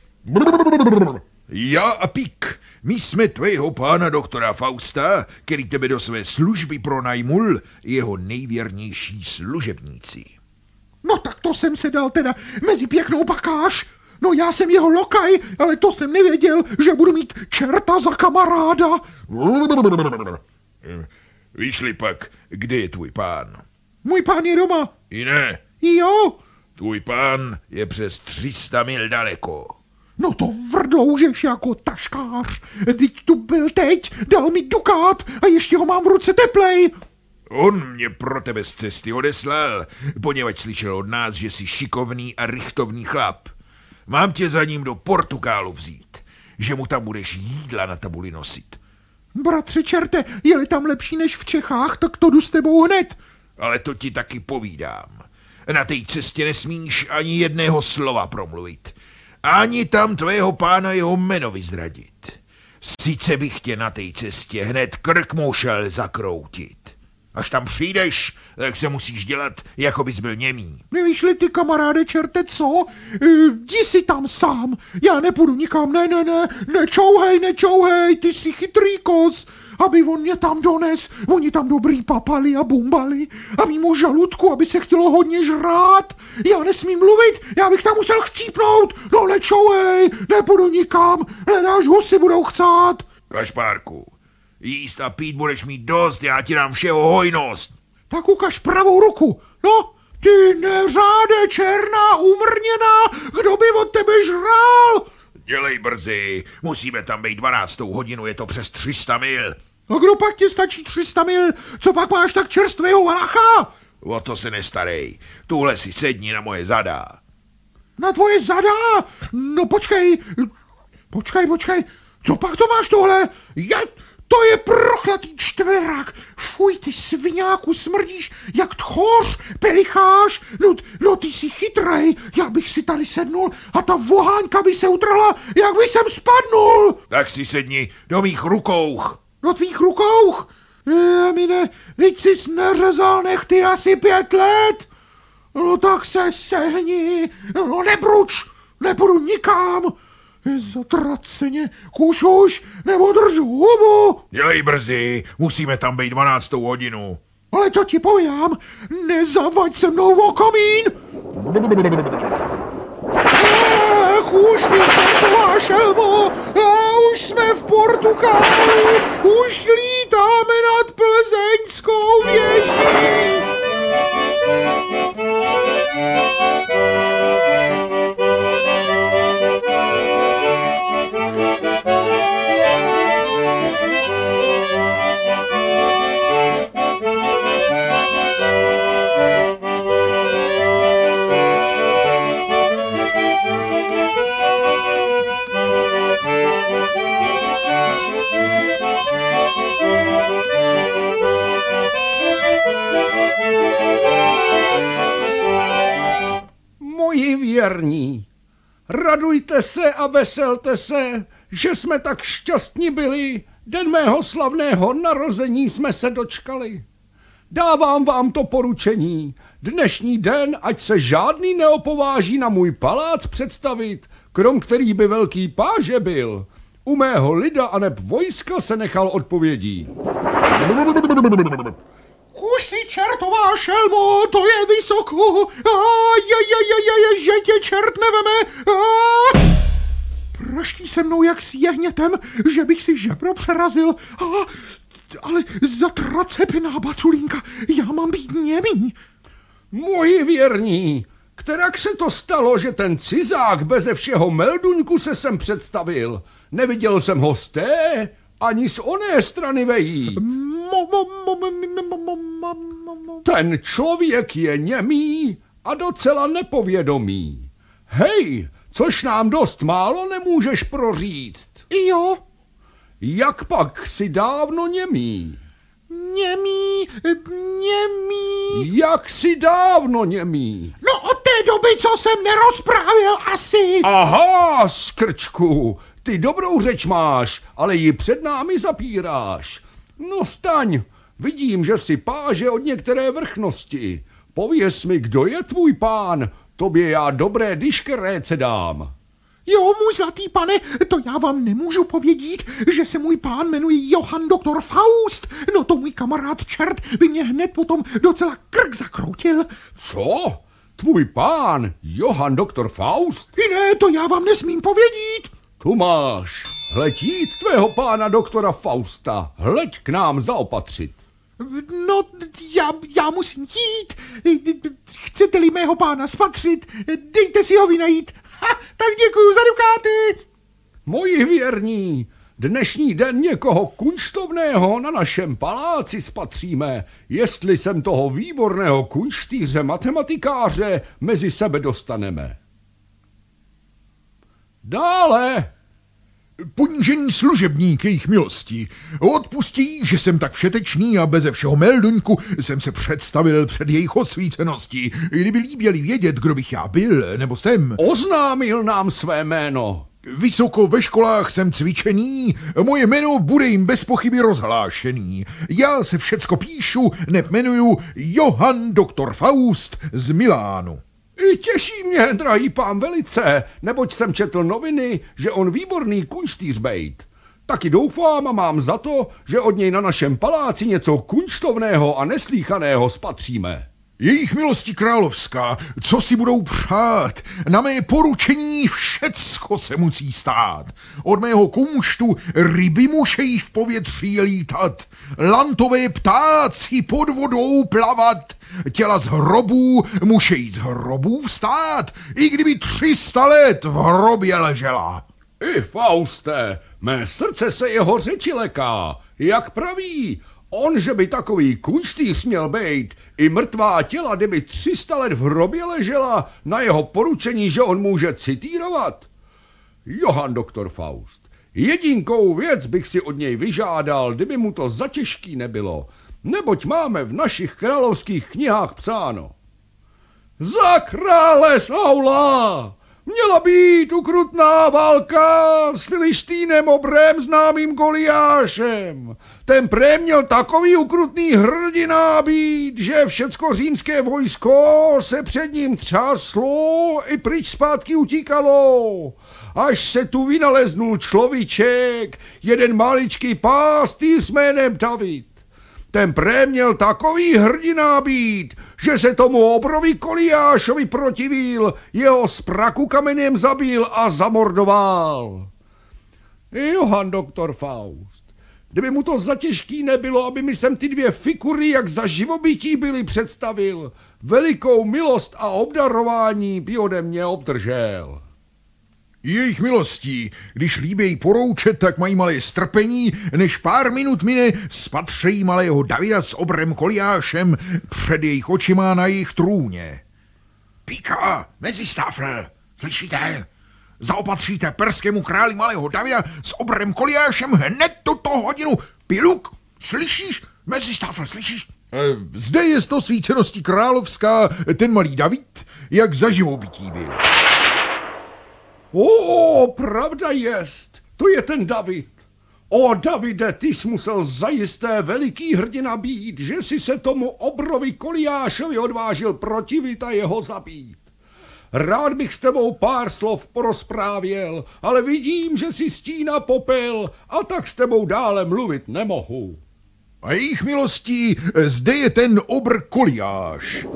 Já a Pík, my jsme tvého pána doktora Fausta, který tebe do své služby pronajmul, jeho nejvěrnější služebníci. No tak to jsem se dal teda mezi pěknou pakáž. No já jsem jeho lokaj, ale to jsem nevěděl, že budu mít čerta za kamaráda. Víš-li pak, kde je tvůj pán? Můj pán je doma. I ne. Jo. Tvůj pán je přes 300 mil daleko. No to vrdloužeš jako taškář. Teď tu byl teď, dal mi dukát a ještě ho mám v ruce teplej. On mě pro tebe z cesty odeslal, poněvadž slyšel od nás, že jsi šikovný a rychtovný chlap. Mám tě za ním do Portugálu vzít, že mu tam budeš jídla na tabuli nosit. Bratře čerte, je-li tam lepší než v Čechách, tak to jdu s tebou hned. Ale to ti taky povídám. Na té cestě nesmíš ani jedného slova promluvit. Ani tam tvého pána jeho jméno vyzradit. Sice bych tě na té cestě hned krk musel zakroutit. Až tam přijdeš, tak se musíš dělat, jako bys byl němý. Nevíš-li ty, kamaráde čerte, co? Jdi si tam sám, já nepůjdu nikam, nečouhej, ty jsi chytrý kos, aby on mě tam dones, oni tam dobrý papali a bumbali, a mýmu žaludku, aby se chtělo hodně žrát, já nesmím mluvit, já bych tam musel chcípnout, no nečouhej, nepůjdu nikam, nedáš husy budou chcát. Kašpárku, jíst a pít budeš mít dost, já ti dám všeho hojnost. Tak ukaž pravou ruku, no. Ty neřáde černá umrněná, kdo by od tebe žrál? Dělej brzy, musíme tam být 12. hodinu, je to přes 300 mil. A kdo pak ti stačí 300 mil? Co pak máš tak čerstvého valacha? O to se nestarej, tuhle si sedni na moje zada. Na tvoje zada? No počkej, co pak to máš tohle? To je prokletý čtverák. Fuj, ty sviňáku, smrdíš jak tchóř, pelicháš. No ty jsi chytrej, já bych si tady sednul a ta voháňka by se utrhla, jak by jsem spadnul. Tak si sedni do mých rukouch. Do tvých rukouch? Mine, teď jsi neřezal nechty asi 5 let. No tak se sehni, no nebruč, nepůjdu nikam. Zatraceně, kušuš, nebo drž hubu. Dělej brzy, musíme tam být 12. hodinu. Ale to ti povídám, nezavaď se mnou o komín. Už vyčertová šelmo, už jsme v Portugálu, už lítáme nad plzeňskou věží. Moji věrní, radujte se a veselte se, že jsme tak šťastní byli, den mého slavného narození jsme se dočkali. Dávám vám to poručení. Dnešní den, ať se žádný neopováží na můj palác představit, krom který by velký páže byl. U mého lida aneb vojska se nechal odpovědí. Už ty čertová šelmo, to je vysoko. Že tě čert neveme. Praští se mnou jak s jehnětem, že bych si žebro přerazil. Ale zatracepená baculínka, já mám být němý. Moji věrní, kterak se to stalo, že ten cizák beze všeho melduňku se sem představil? Neviděl jsem ho z té, ani z oné strany vejít. Ten člověk je němý a docela nepovědomý. Hej, což nám dost málo nemůžeš proříct. Jo. Jak pak si dávno němý? Němý. Jak si dávno němý? No od té doby, co jsem nerozprávil asi. Aha, skrčku, ty dobrou řeč máš, ale ji před námi zapíráš. No staň, vidím, že jsi páže od některé vrchnosti. Pověz mi, kdo je tvůj pán, tobě já dobré dyškeréce dám. Jo, můj zlatý pane, to já vám nemůžu povědět, že se můj pán jmenuje Johann doktor Faust. No to můj kamarád čert by mě hned potom docela krk zakroutil. Co? Tvůj pán, Johann doktor Faust? I ne, to já vám nesmím povědět. Tu máš. Hleď jít tvého pána doktora Fausta. Hleď k nám zaopatřit. No, já musím jít. Chcete-li mého pána spatřit, dejte si ho vy najít. Tak děkuju za dukáty. Moji věrní, dnešní den někoho kunštovného na našem paláci spatříme, jestli sem toho výborného kunštýře matematikáře mezi sebe dostaneme. Dále. Ponížený služebník jejich milosti odpustí, že jsem tak všetečný a beze všeho melduňku jsem se představil před jejich osvíceností. Kdyby líběli vědět, kdo bych já byl, nebo jsem. Oznámil nám své jméno. Vysoko ve školách jsem cvičený, moje jméno bude jim bez pochyby rozhlášený. Já se všecko píšu, neb jmenuju Johann doktor Faust z Milánu. I těší mě, drahý pán velice, neboť jsem četl noviny, že on výborný kunštýř bejt. Taky doufám a mám za to, že od něj na našem paláci něco kunštovného a neslíchaného spatříme. Jejich milosti královská, co si budou přát, na mé poručení všecko se musí stát. Od mého kunštu ryby mušejí v povětří lítat, lantové ptáci pod vodou plavat, těla z hrobů mušejí z hrobů vstát, i kdyby 300 let v hrobě ležela. I Fauste, mé srdce se jeho řeči leká, jak praví. On, že by takový kunštýř měl bejt, i mrtvá těla, kdyby 300 let v hrobě ležela, na jeho poručení, že on může citírovat. Johann doktor Faust, jedinkou věc bych si od něj vyžádal, kdyby mu to za těžký nebylo, neboť máme v našich královských knihách psáno. Za krále Saula měla být ukrutná válka s Filištínem obrem známým Goliášem. Ten prý měl takový ukrutný hrdina být, že všecko římské vojsko se před ním třáslo i pryč zpátky utíkalo. Až se tu vynaleznul človíček, jeden maličký pastýř jménem David. Ten prý měl takový hrdina být, že se tomu obrovi Goliášovi protivil, jeho z praku kamenem zabil a zamordoval. Johann doktor Faust, kdyby mu to za těžký nebylo, aby mi sem ty dvě figury jak za živobytí byly představil, velikou milost a obdarování by ode mě obdržel. Jejich milostí, když líbějí poroučet, tak mají malé strpení, než pár minut mine, spatřejí malého Davida s obrem Goliášem před jejich očima na jejich trůně. Píka, Mezistáfl, slyšíte? Zaopatříte perskému králi malého Davida s obrem Goliášem hned tuto hodinu. Piluk, slyšíš? Mezistáfl, slyšíš? Zde je to svíceností královská, ten malý David, jak za živobytí byl. Pravda jest, to je ten David. O, Davide, ty jsi musel zajisté veliký hrdina být, že si se tomu obrovi Koliášovi odvážil protivit a jeho zabít. Rád bych s tebou pár slov porozprávěl, ale vidím, že si stína popel a tak s tebou dále mluvit nemohu. A jejich milostí, zde je ten obr Koliáš.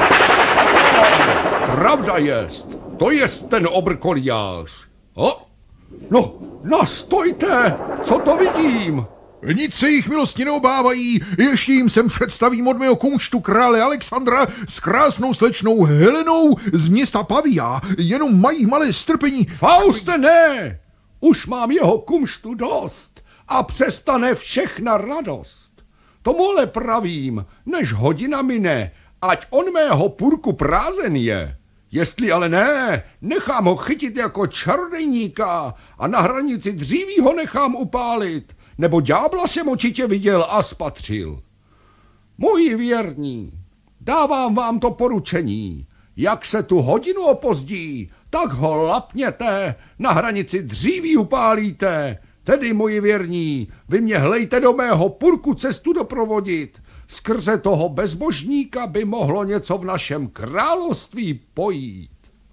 Pravda jest, to jest ten obr Koliáš. No, nastojte, co to vidím? Nic se jich milosti neobávají, ještě jim sem představím od mého kumštu krále Alexandra s krásnou slečnou Helenou z města Pavia, jenom mají malé strpení. Fauste, ne! Už mám jeho kumštu dost a přestane všechna radost. Tomu ale pravím, než hodina mine, ať on mého purku prázen je. Jestli ale ne, nechám ho chytit jako čarodejníka a na hranici dříví ho nechám upálit, nebo ďábla jsem očitě viděl a spatřil. Moji věrní, dávám vám to poručení. Jak se tu hodinu opozdí, tak ho lapněte, na hranici dříví upálíte. Tedy, moji věrní, vy mě hlejte do mého purku cestu doprovodit. Skrze toho bezbožníka by mohlo něco v našem království pojít.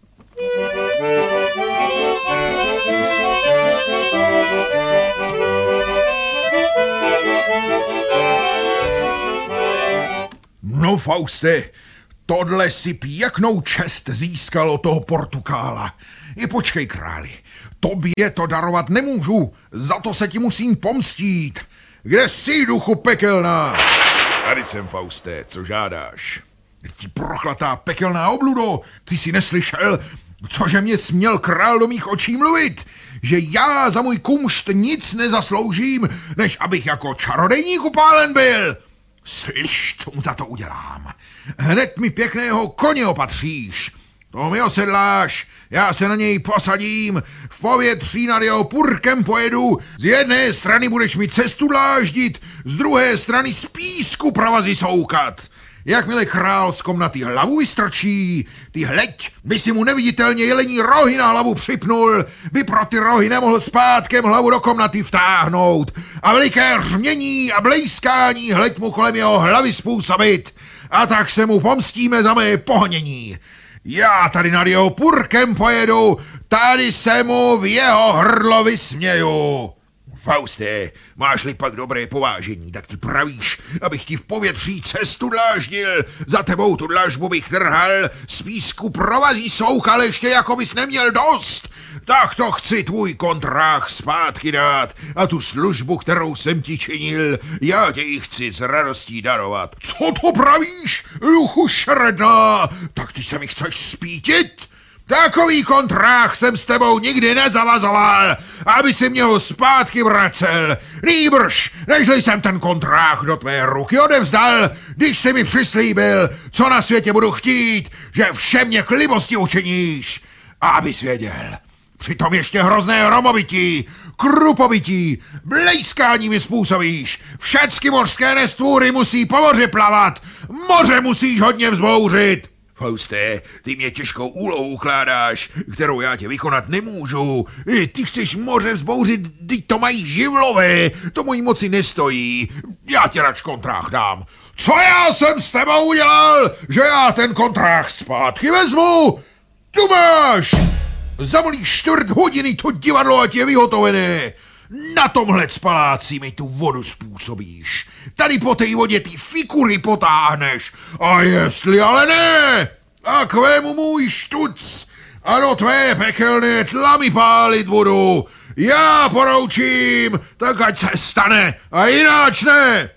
No, Fauste, tohle si pěknou čest získal od toho Portugála. I počkej, králi, tobě to darovat nemůžu, za to se ti musím pomstít. Kde jsi, duchu pekelná? Tady jsem, Fauste, co žádáš? Ty prochlatá pekelná obludo, ty jsi neslyšel, cože mě směl král do mých očí mluvit? Že já za můj kumšt nic nezasloužím, než abych jako čarodejník upálen byl. Slyš, co mu za to udělám. Hned mi pěkného koně opatříš. To mi osedláš, já se na něj posadím, v povětří nad jeho purkem pojedu, z jedné strany budeš mi cestu dláždit, z druhé strany z písku provazy soukat. Jakmile král z komnaty hlavu vystrčí, ty hleď by si mu neviditelně jelení rohy na hlavu připnul, by pro ty rohy nemohl zpátkem hlavu do komnaty vtáhnout a veliké řmění a blejskání hleď mu kolem jeho hlavy způsobit. A tak se mu pomstíme za mé pohnění. Já tady nad jeho purkem pojedu, tady se mu v jeho hrdlo vysměju. Fauste, máš-li pak dobré povážení, tak ti pravíš, abych ti v povětří cestu dláždil, za tebou tu dlažbu bych trhal, z písku provazí soukal ještě jako bys neměl dost. Tak to chci tvůj kontrakt zpátky dát a tu službu, kterou jsem ti činil, já tě ji chci s radostí darovat. Co to pravíš, duchu šredná? Tak ty se mi chceš spítit? Takový kontrakt jsem s tebou nikdy nezavazoval, aby si mě ho zpátky vracel. Nýbrž, nežli jsem ten kontrakt do tvé ruky odevzdal, když jsi mi přislíbil, co na světě budu chtít, že vše mě k libosti učiníš. A abys věděl, přitom ještě hrozné hromovití, krupovití, blejskání mi způsobíš. Všecky mořské nestvůry musí po moři plavat, moře musíš hodně vzbouřit. Fauste, ty mě těžkou úlohu ukládáš, kterou já tě vykonat nemůžu. Ty chceš moře vzbouřit, teď to mají živlové, to mojí moci nestojí. Já ti rač kontrakt dám. Co já jsem s tebou udělal, že já ten kontrakt zpátky vezmu? Tu máš! Za malý 4 hodiny to divadlo ať je vyhotovené. Na tomhle paláci mi tu vodu způsobíš. Tady po té vodě ty figury potáhneš. A jestli ale ne, a kvému můj štuc a do tvé pekelné tlamy pálit budu. Já poroučím, tak ať se stane a jináč ne.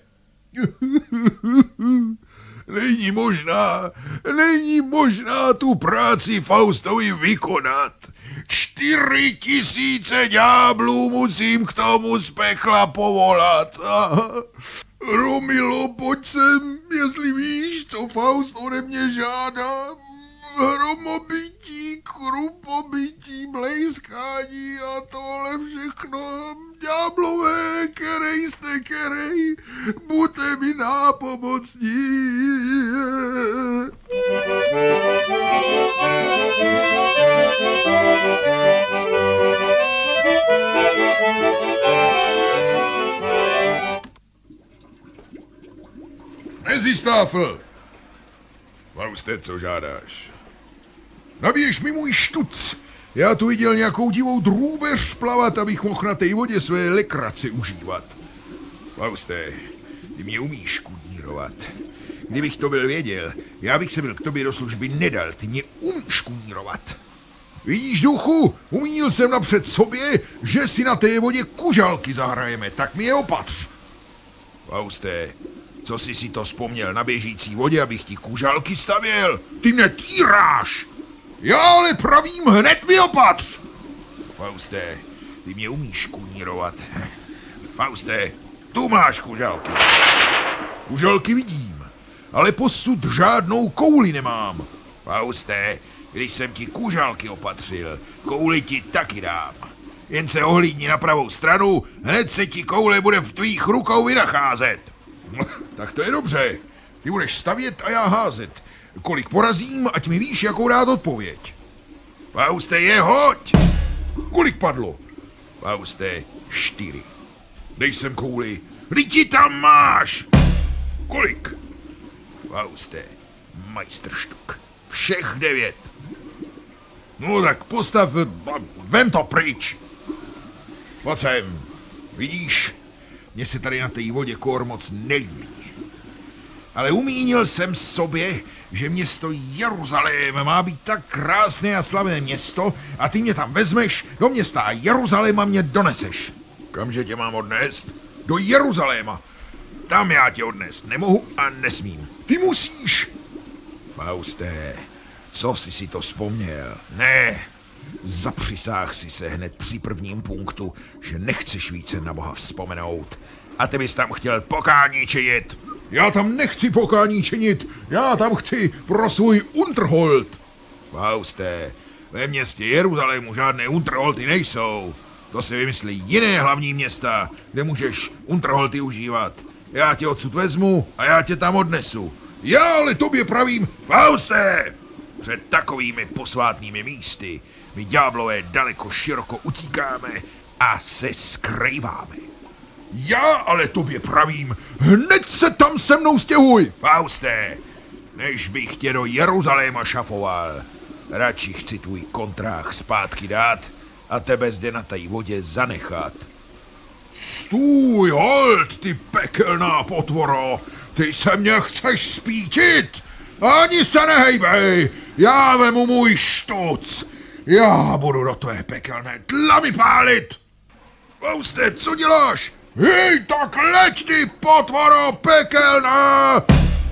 Není možná tu práci Faustovi vykonat. 4000 ďáblů musím k tomu z pekla povolat. Romilo, pojď sem, jestli víš, co Faust ode mě žádá. Hromobití, krupobytí, blejskání a tohle všechno. Ďáblové, kerej jste kerej, buďte mi nápomocní. Mezistáfl! Fauste, co žádáš? Nabiješ mi můj štuc. Já tu viděl nějakou divou drůbeř plavat, abych mohl na té vodě své lekrace užívat. Fauste, ty mě umíš kunírovat. Kdybych to byl věděl, já bych se byl k tobě do služby nedal. Ty mě umíš kunírovat. Vidíš, duchu, umínil jsem napřed sobě, že si na té vodě kužalky zahrajeme, tak mi je opatř. Fauste, co jsi si to vzpomněl na běžící vodě, abych ti kužalky stavěl? Ty mě týráš! Já ale pravím, hned mi opatř! Fauste, ty mě umíš kunírovat. Fauste, tu máš kužalky. Kužalky vidím, ale posud žádnou kouli nemám. Fauste, když jsem ti kužalky opatřil, kouli ti taky dám. Jen se ohlídni na pravou stranu, hned se ti koule bude v tvých rukou vynacházet. Tak to je dobře. Ty budeš stavět a já házet. Kolik porazím, ať mi víš, jakou dát odpověď. Fauste, je hoď! Kolik padlo? Fauste, 4. Dej sem kouli. Vždyť ji tam máš! Kolik? Fauste, majstrštuk. Všech 9. No tak postav, vem to pryč. Pojď sem. Vidíš, mně se tady na té vodě kor moc nelíbí. Ale umínil jsem sobě, že město Jeruzalém má být tak krásné a slavné město a ty mě tam vezmeš do města Jeruzaléma mě doneseš. Kamže tě mám odnést? Do Jeruzaléma. Tam já tě odnést nemohu a nesmím. Ty musíš. Fauste, co jsi si to vzpomněl? Ne, zapřisáh si se hned při prvním punktu, že nechceš více na Boha vzpomenout. A ty bys tam chtěl pokání činit. Já tam nechci pokání činit, já tam chci pro svůj Unterhold. Fauste, ve městě Jeruzalému žádné Unterholty nejsou. To si vymyslí jiné hlavní města, kde můžeš Unterholty užívat. Já tě odsud vezmu a já tě tam odnesu. Já ale tobě pravím, Fauste! Před takovými posvátnými místy my ďáblové daleko široko utíkáme a se skrýváme. Já ale tobě pravím, hned se tam se mnou stěhuj! Fauste, než bych tě do Jeruzaléma šafoval, radši chci tvůj kontrakt zpátky dát a tebe zde na té vodě zanechat. Stůj, hold, ty pekelná potvoro! Ty se mě chceš spíčit? Ani se nehejbej! Já vemu můj štuc! Já budu do tvé pekelné tlamy pálit! Fauste, co děláš? Hej, tak leď, ty potvoro pekelná!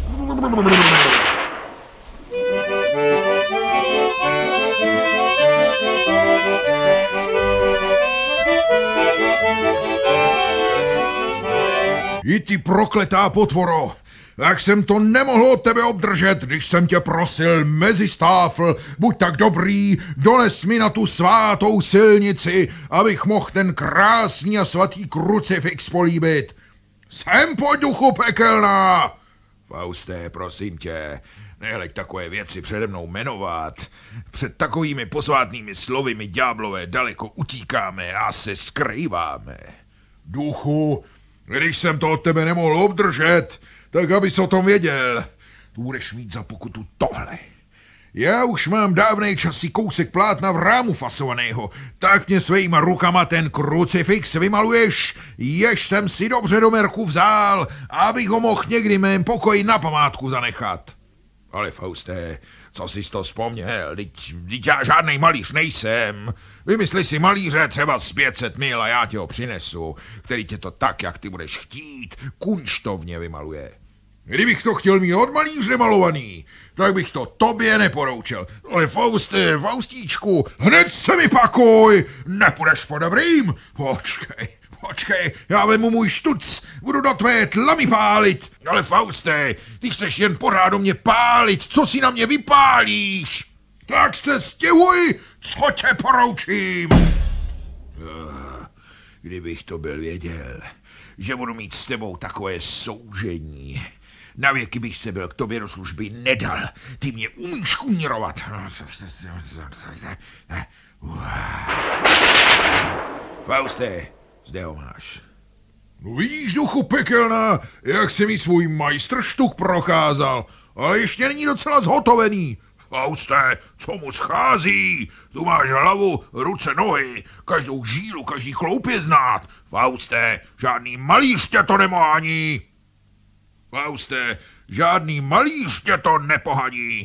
I ty prokletá potvoro, tak jsem to nemohl od tebe obdržet, když jsem tě prosil, Mezistáfl, buď tak dobrý, dones mi na tu svátou silnici, abych mohl ten krásný a svatý krucifix políbit. Sem pojď, duchu pekelná! Fauste, prosím tě, nehleď takové věci přede mnou jmenovat. Před takovými posvátnými slovy my ďáblové daleko utíkáme a se skrýváme. Duchu, když jsem to od tebe nemohl obdržet, tak abys o tom věděl, tu budeš mít za pokutu tohle. Já už mám dávnej časy kousek plátna v rámu fasovaného, tak mě svýma rukama ten krucifix vymaluješ, jež jsem si dobře do merku vzal, abych ho mohl někdy mém pokoji na památku zanechat. Ale Fauste, co jsi to vzpomněl? Vždyť já žádnej malíř nejsem. Vymysli si malíře třeba z 500 mil a já tě ho přinesu, který tě to tak, jak ty budeš chtít, kunštovně vymaluje. Kdybych to chtěl mít od malíře malovaný, tak bych to tobě neporoučel. Ale Fauste, Faustíčku, hned se mi pakuj, nepůjdeš po dobrým. Počkej, já vemu můj štuc, budu do tvé tlamy pálit. Ale Fauste, ty chceš jen pořád do mě pálit, co si na mě vypálíš? Tak se stěhuj, co tě poroučím. Kdybych to byl věděl, že budu mít s tebou takové soužení, navěky bych se byl k tobě do služby nedal. Ty mě umíš kunírovat. Fauste, zde ho máš. No vidíš, duchu pekelná, jak se mi svůj majstrštuk prokázal, ale ještě není docela zhotovený. Fauste, co mu schází? Tu máš hlavu, ruce, nohy, každou žílu, každý chloup je znát. Fauste, žádný malíř tě to nemohání. Fauste, žádný malíř tě to nepohaní.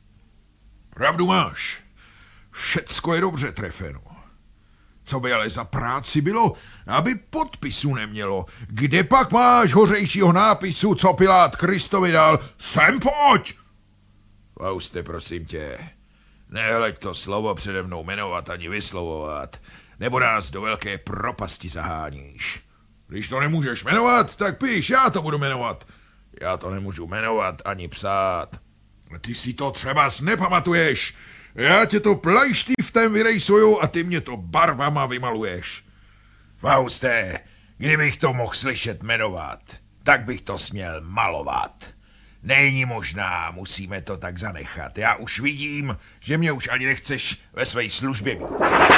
Pravdu máš. Všecko je dobře trefeno. Co by ale za práci bylo, aby podpisu nemělo? Kde pak máš hořejšího nápisu, co Pilát Kristovi dal? Sem pojď! Fauste, prosím tě, nehleď to slovo přede mnou jmenovat ani vyslovovat, nebo nás do velké propasti zaháníš. Když to nemůžeš jmenovat, tak píš, já to budu jmenovat. Já to nemůžu jmenovat ani psát. Ty si to třeba nepamatuješ. Já tě to plajštiftem vyrejsuju a ty mě to barvama vymaluješ. Fauste, kdybych to mohl slyšet jmenovat, tak bych to směl malovat. Není možná, musíme to tak zanechat. Já už vidím, že mě už ani nechceš ve své službě mít.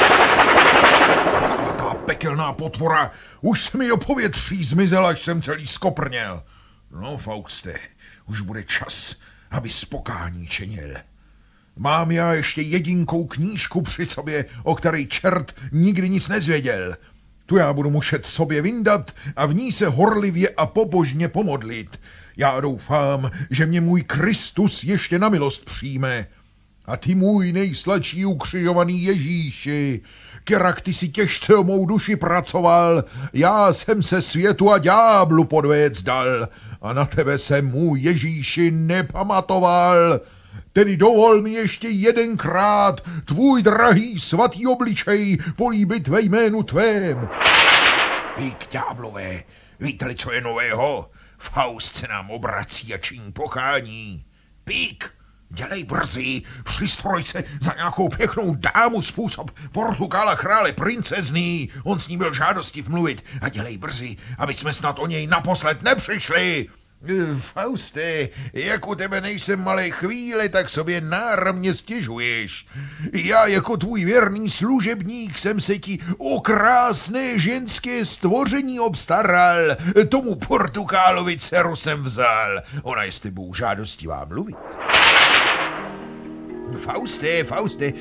Takhle ta pekelná potvora už se mi do povětří zmizela, až jsem celý skoprněl. No, Fauste, už bude čas, aby spokání činil. Mám já ještě jedinkou knížku při sobě, o které čert nikdy nic nezvěděl. Tu já budu muset sobě vyndat a v ní se horlivě a pobožně pomodlit. Já doufám, že mě můj Kristus ještě na milost přijme. A ty můj nejsladší ukřižovaný Ježíši, kerak ty si těžce o mou duši pracoval, já jsem se světu a ďáblu podvéc dal a na tebe jsem můj Ježíši nepamatoval. Tedy dovol mi ještě jedenkrát tvůj drahý svatý obličej políbit ve jménu tvém. Vy k ďáblové, víte-li, co je nového? Faust se nám obrací a činí pokání. Pík, dělej brzy, přistroj se za nějakou pěknou dámu způsob Portugála krále princezný. On s ní byl žádostiv mluvit a dělej brzy, aby jsme snad o něj naposled nepřišli. Fauste, jak u tebe nejsem malé chvíle, tak sobě náramně stěžuješ. Já jako tvůj věrný služebník jsem se ti o krásné ženské stvoření obstaral. Tomu Portugálovi dceru jsem vzal. Ona je s tebou žádostivá mluvit. Fauste,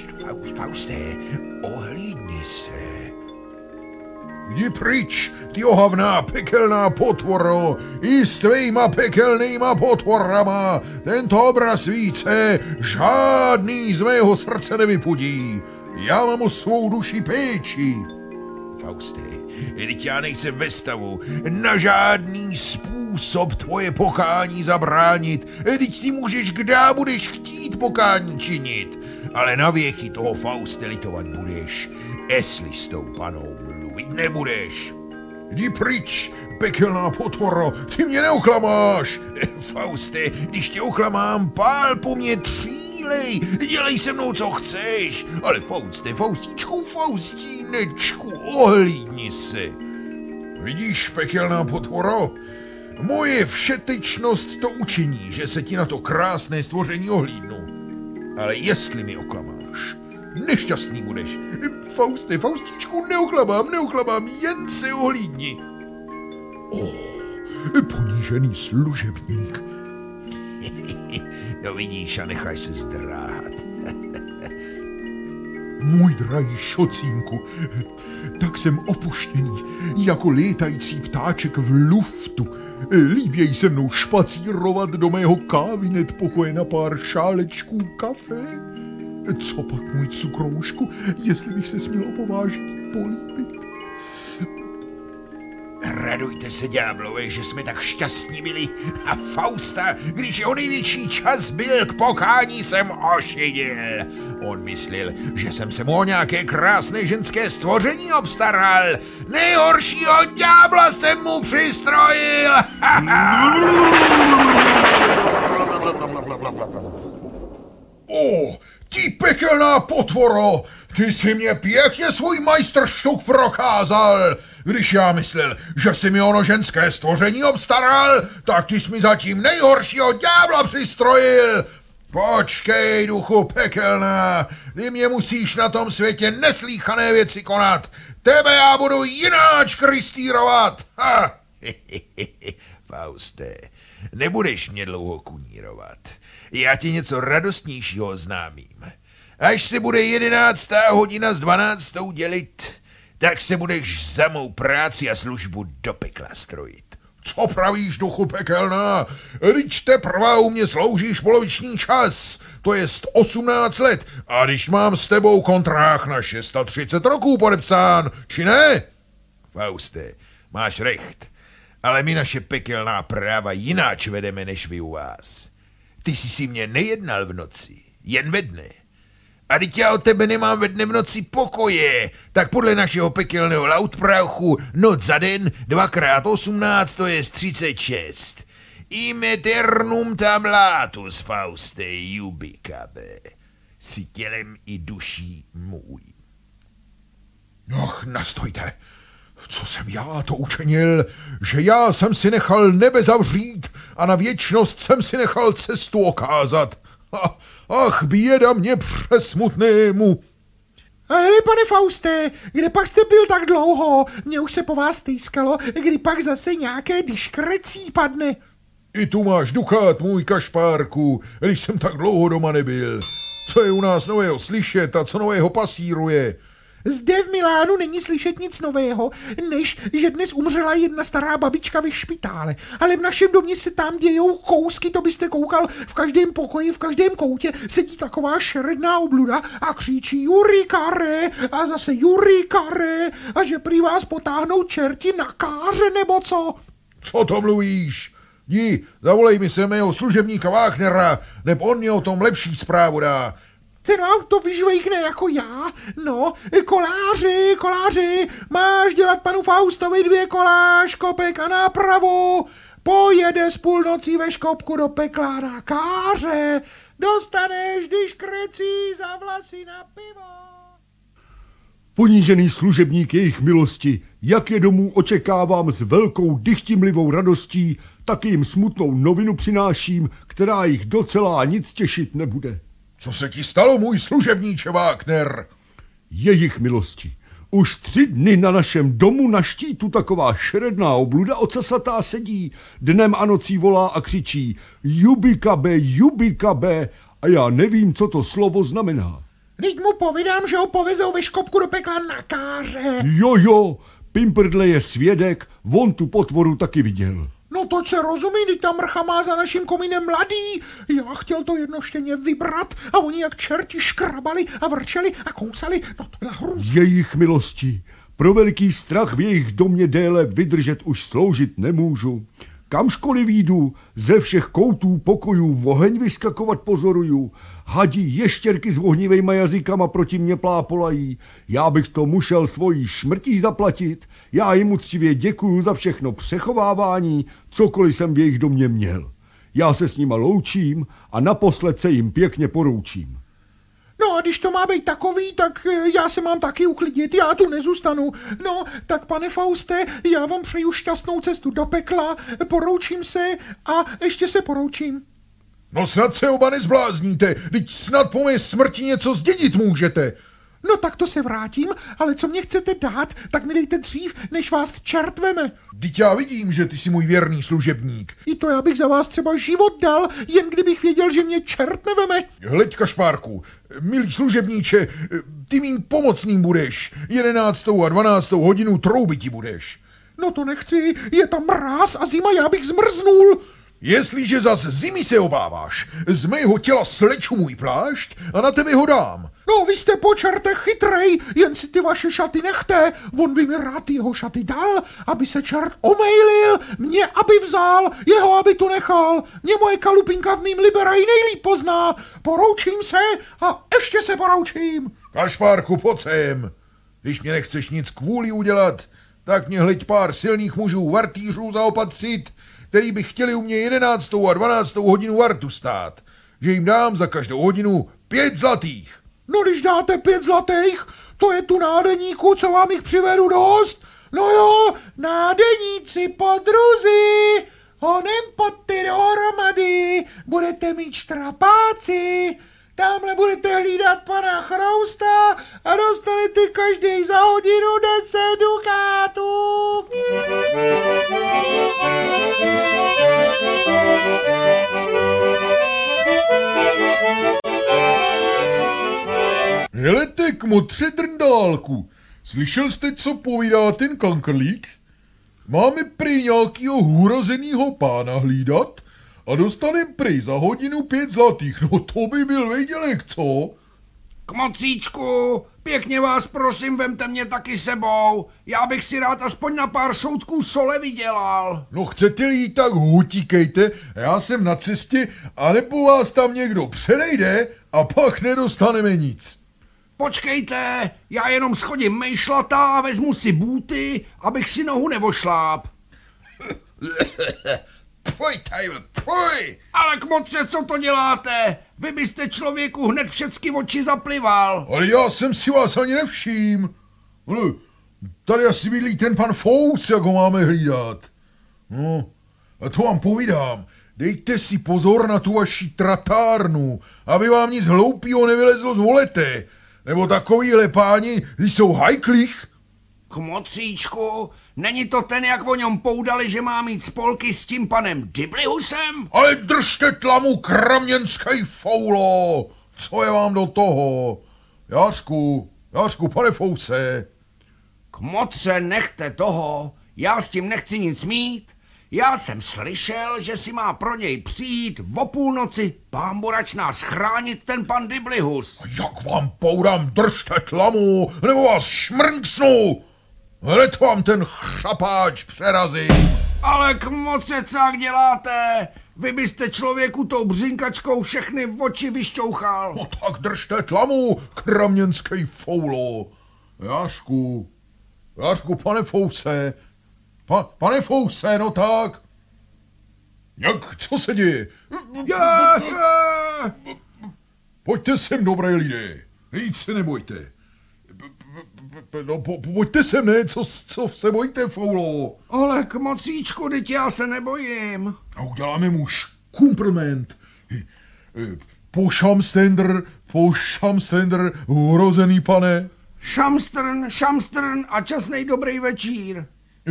ohlídni se. Jdi pryč, ty ohavná pekelná potvoro, i s tvejma pekelnýma potvorama. Tento obraz více žádný z mého srdce nevypudí. Já mám o svou duši péči. Fauste, vždyť já nejsem ve stavu na žádný způsob tvoje pokání zabránit. Vždyť ty můžeš, kdá budeš chtít pokání činit. Ale na věky toho, Fauste, litovat budeš, jestli s tou panou mluvit nebudeš. Jdi pryč, pekelná potvoro, ty mě neoklamáš. Fauste, když tě oklamám, pál po mě třílej, dělej se mnou, co chceš. Ale Fauste, Faustínečku, ohlídni se. Vidíš, pekelná potvoro, moje všetečnost to učiní, že se ti na to krásné stvoření ohlídnu. Ale jestli mi oklamáš, nešťastný budeš. Fauste, Faustíčku, neoklamám, jen se ohlídni. Ponížený služebník. No vidíš a nechaj se zdráhat. Můj drahý šocínku, tak jsem opuštěný, jako létající ptáček v luftu. Líběj se mnou špacírovat do mého kávinet pokoje na pár šálečků kafe. Co pak, můj cukroušku, jestli bych se směl opovážit políbit? Radujte se, ďáblové, že jsme tak šťastní byli. A Fausta, když jeho největší čas byl k pokání, jsem ošidil. On myslel, že jsem se mu o nějaké krásné ženské stvoření obstaral. Nejhoršího ďábla jsem mu přistrojil. Ty pekelná potvoro, ty si mě pěkně svůj majstrštuk prokázal. Když já myslel, že si mi ono ženské stvoření obstaral, tak ty jsi mi zatím nejhoršího ďábla přistrojil. Počkej, duchu pekelná, ty mě musíš na tom světě neslíchané věci konat. Tebe já budu jináč krystírovat. Ha! Fauste, nebudeš mě dlouho kunírovat. Já ti něco radostnějšího oznámím. Až se bude 11. hodina s 12. dělit, tak se budeš za mou práci a službu do pekla strojit. Co pravíš, duchu pekelná? Když teprve u mě sloužíš poloviční čas, to jest 18 let, a když mám s tebou kontrakt na 630 roků podepsán, či ne? Fauste, máš recht, ale my naše pekelná práva jináč vedeme než vy u vás. Ty jsi si mě nejednal v noci, jen ve dne. A teď já od tebe nemám ve dne v noci pokoje, tak podle našeho pekelného lautprachu noc za den 2x18 to je 36. Im eternum tablatus, Fauste, jubicabe, si tělem i duší můj. Ach, nastojte. Co jsem já to učinil, že já jsem si nechal nebe zavřít a na věčnost jsem si nechal cestu okázat. Ach, běda mě přesmutnému. Hej, pane Fauste, kde pak jste byl tak dlouho? Mně už se po vás týskalo, kdy pak zase nějaké diškrecí padne. I tu máš dukát, můj kašpárku, když jsem tak dlouho doma nebyl. Co je u nás nového slyšet a co nového pasíruje? Zde v Milánu není slyšet nic nového, než že dnes umřela jedna stará babička ve špitále. Ale v našem domě se tam dějou kousky, to byste koukal, v každém pokoji, v každém koutě sedí taková šeredná obluda a křičí Jurikare a zase Jurikare a že prý vás potáhnou čerti na káře nebo co. Co to mluvíš? Jdi, zavolej mi se mého služebníka Wagnera, neb on mě o tom lepší zprávu dá. Ten vám to vyžvejchne jako já. No, koláři, máš dělat panu Faustovi 2 koláž, kopek a nápravu. Pojede z půlnocí ve škopku do pekla na káře. Dostaneš diškrecí za vlasy na pivo. Ponížený služebník jejich milosti, jak je domů očekávám s velkou dychtimlivou radostí, tak jim smutnou novinu přináším, která jich docela nic těšit nebude. Co se ti stalo, můj služebníče Wagner? Jejich milosti. Už 3 dny na našem domu na štítu taková šeredná obluda ocasatá sedí, dnem a nocí volá a křičí Jubikabe a já nevím, co to slovo znamená. Teď mu povídám, že ho povezou ve škopku do pekla na káře. Jo, Pimprdle je svědek, on tu potvoru taky viděl. No to se rozumí, teď ta mrcha má za naším komínem mladý. Já chtěl to jednoštěně vybrat a oni jak čerti škrabali a vrčeli a kousali. No to byla hrůza. Jejich milosti, pro veliký strach v jejich domě déle vydržet už sloužit nemůžu. Kamškoliv jdu, ze všech koutů pokojů oheň vyskakovat pozoruju. Hadi ještěrky s ohnivejma jazykama proti mě plápolají. Já bych to musel svojí šmrtí zaplatit. Já jim uctivě děkuju za všechno přechovávání, cokoliv jsem v jejich domě měl. Já se s nima loučím a naposled se jim pěkně poroučím. No a když to má být takový, tak já se mám taky uklidnit, já tu nezůstanu. No, tak pane Fauste, já vám přeju šťastnou cestu do pekla, poroučím se a ještě se poroučím. No snad se oba nezblázníte, teď snad po mé smrti něco zdědit můžete. No tak to se vrátím, ale co mě chcete dát, tak mi dejte dřív, než vás čert veme. Vždyť já vidím, že ty jsi můj věrný služebník. I to já bych za vás třeba život dal, jen kdybych věděl, že mě čert neveme. Hleď, kašpárku, milý služebníče, ty mým pomocným budeš. 11. a 12. hodinu troubit ti budeš. No to nechci, je tam mráz a zima, já bych zmrznul. Jestliže zas zimy se obáváš, z mého těla sleču můj plášť a na tebe ho dám. No, vy jste po čertech chytrej, jen si ty vaše šaty nechte. On by mi rád jeho šaty dal, aby se čert omejlil, mě aby vzal, jeho aby tu nechal. Mě moje kalupinka v mým liberaji nejlíp pozná. Poroučím se a ještě se poroučím. Kašpárku, pojď sem. Když mě nechceš nic kvůli udělat, tak mě hleď pár silných mužů vartýřů zaopatřit, který by chtěli u mě 11. a 12. hodinu vartu stát, že jim dám za každou hodinu 5 zlatých. No když dáte 5 zlatých, to je tu nádeníku, co vám jich přivedu dost. No jo, nádeníci podruzi, Honem pojďte dohromady, budete mít štrapáci. Tamhle budete hlídat pana Chrousta a dostanete každý za hodinu 10 dukátů. Helete, kmotře Drndálku, slyšel jste, co povídá ten kankrlík? Máme prý nějakýho hůrozenýho pána hlídat a dostanem prý za hodinu 5 zlatých. No to by byl výdělek, co? Kmotříčku, pěkně vás prosím, vemte mě taky sebou. Já bych si rád aspoň na pár soudků sole vydělal. No chcete-li jít, tak hutíkejte, já jsem na cestě, anebo vás tam někdo předejde a pak nedostaneme nic. Počkejte, já jenom schodím mejšlata a vezmu si bůty, abych si nohu nevošláp. Pojď, Tajl, pojď! Ale kmotře, co to děláte? Vy byste člověku hned všecky oči zaplival. Ale já jsem si vás ani nevším. Ale tady asi bydlí ten pan Fous, jak ho máme hlídat. No, a to vám povídám. Dejte si pozor na tu vaši tratárnu, aby vám nic hloupýho nevylezlo z volete. Nebo takovýhle páni, když jsou hajklich. Kmotříčku, není to ten, jak o něm poudali, že má mít spolky s tím panem Diblihusem? Ale držte tlamu, kramněnskej foulo! Co je vám do toho? Jářku, pane Fouse. Kmotře, nechte toho, já s tím nechci nic mít. Já jsem slyšel, že si má pro něj přijít o půlnoci pámburač nás chránit ten pan Diblihus. Jak vám poudám, držte tlamu, nebo vás šmrnksnu! Hned vám ten chrapáč přerazí. Ale kmotře, co jak děláte? Vy byste člověku tou břinkačkou všechny v oči vyšťouchal. No tak držte tlamu, kramněnskej foulo. Jářku, pane Fouse. Pane Fouse, no tak. Jak, co se děje? Pojďte sem, dobré lidé. Nic se nebojte. No, pojďte sem, ne? Co se bojíte, foulo? Ale kmotříčku, teď já se nebojím. A uděláme mu kompliment. Po šamstender, urozený pane. Šamstrn a časnej dobrý večír.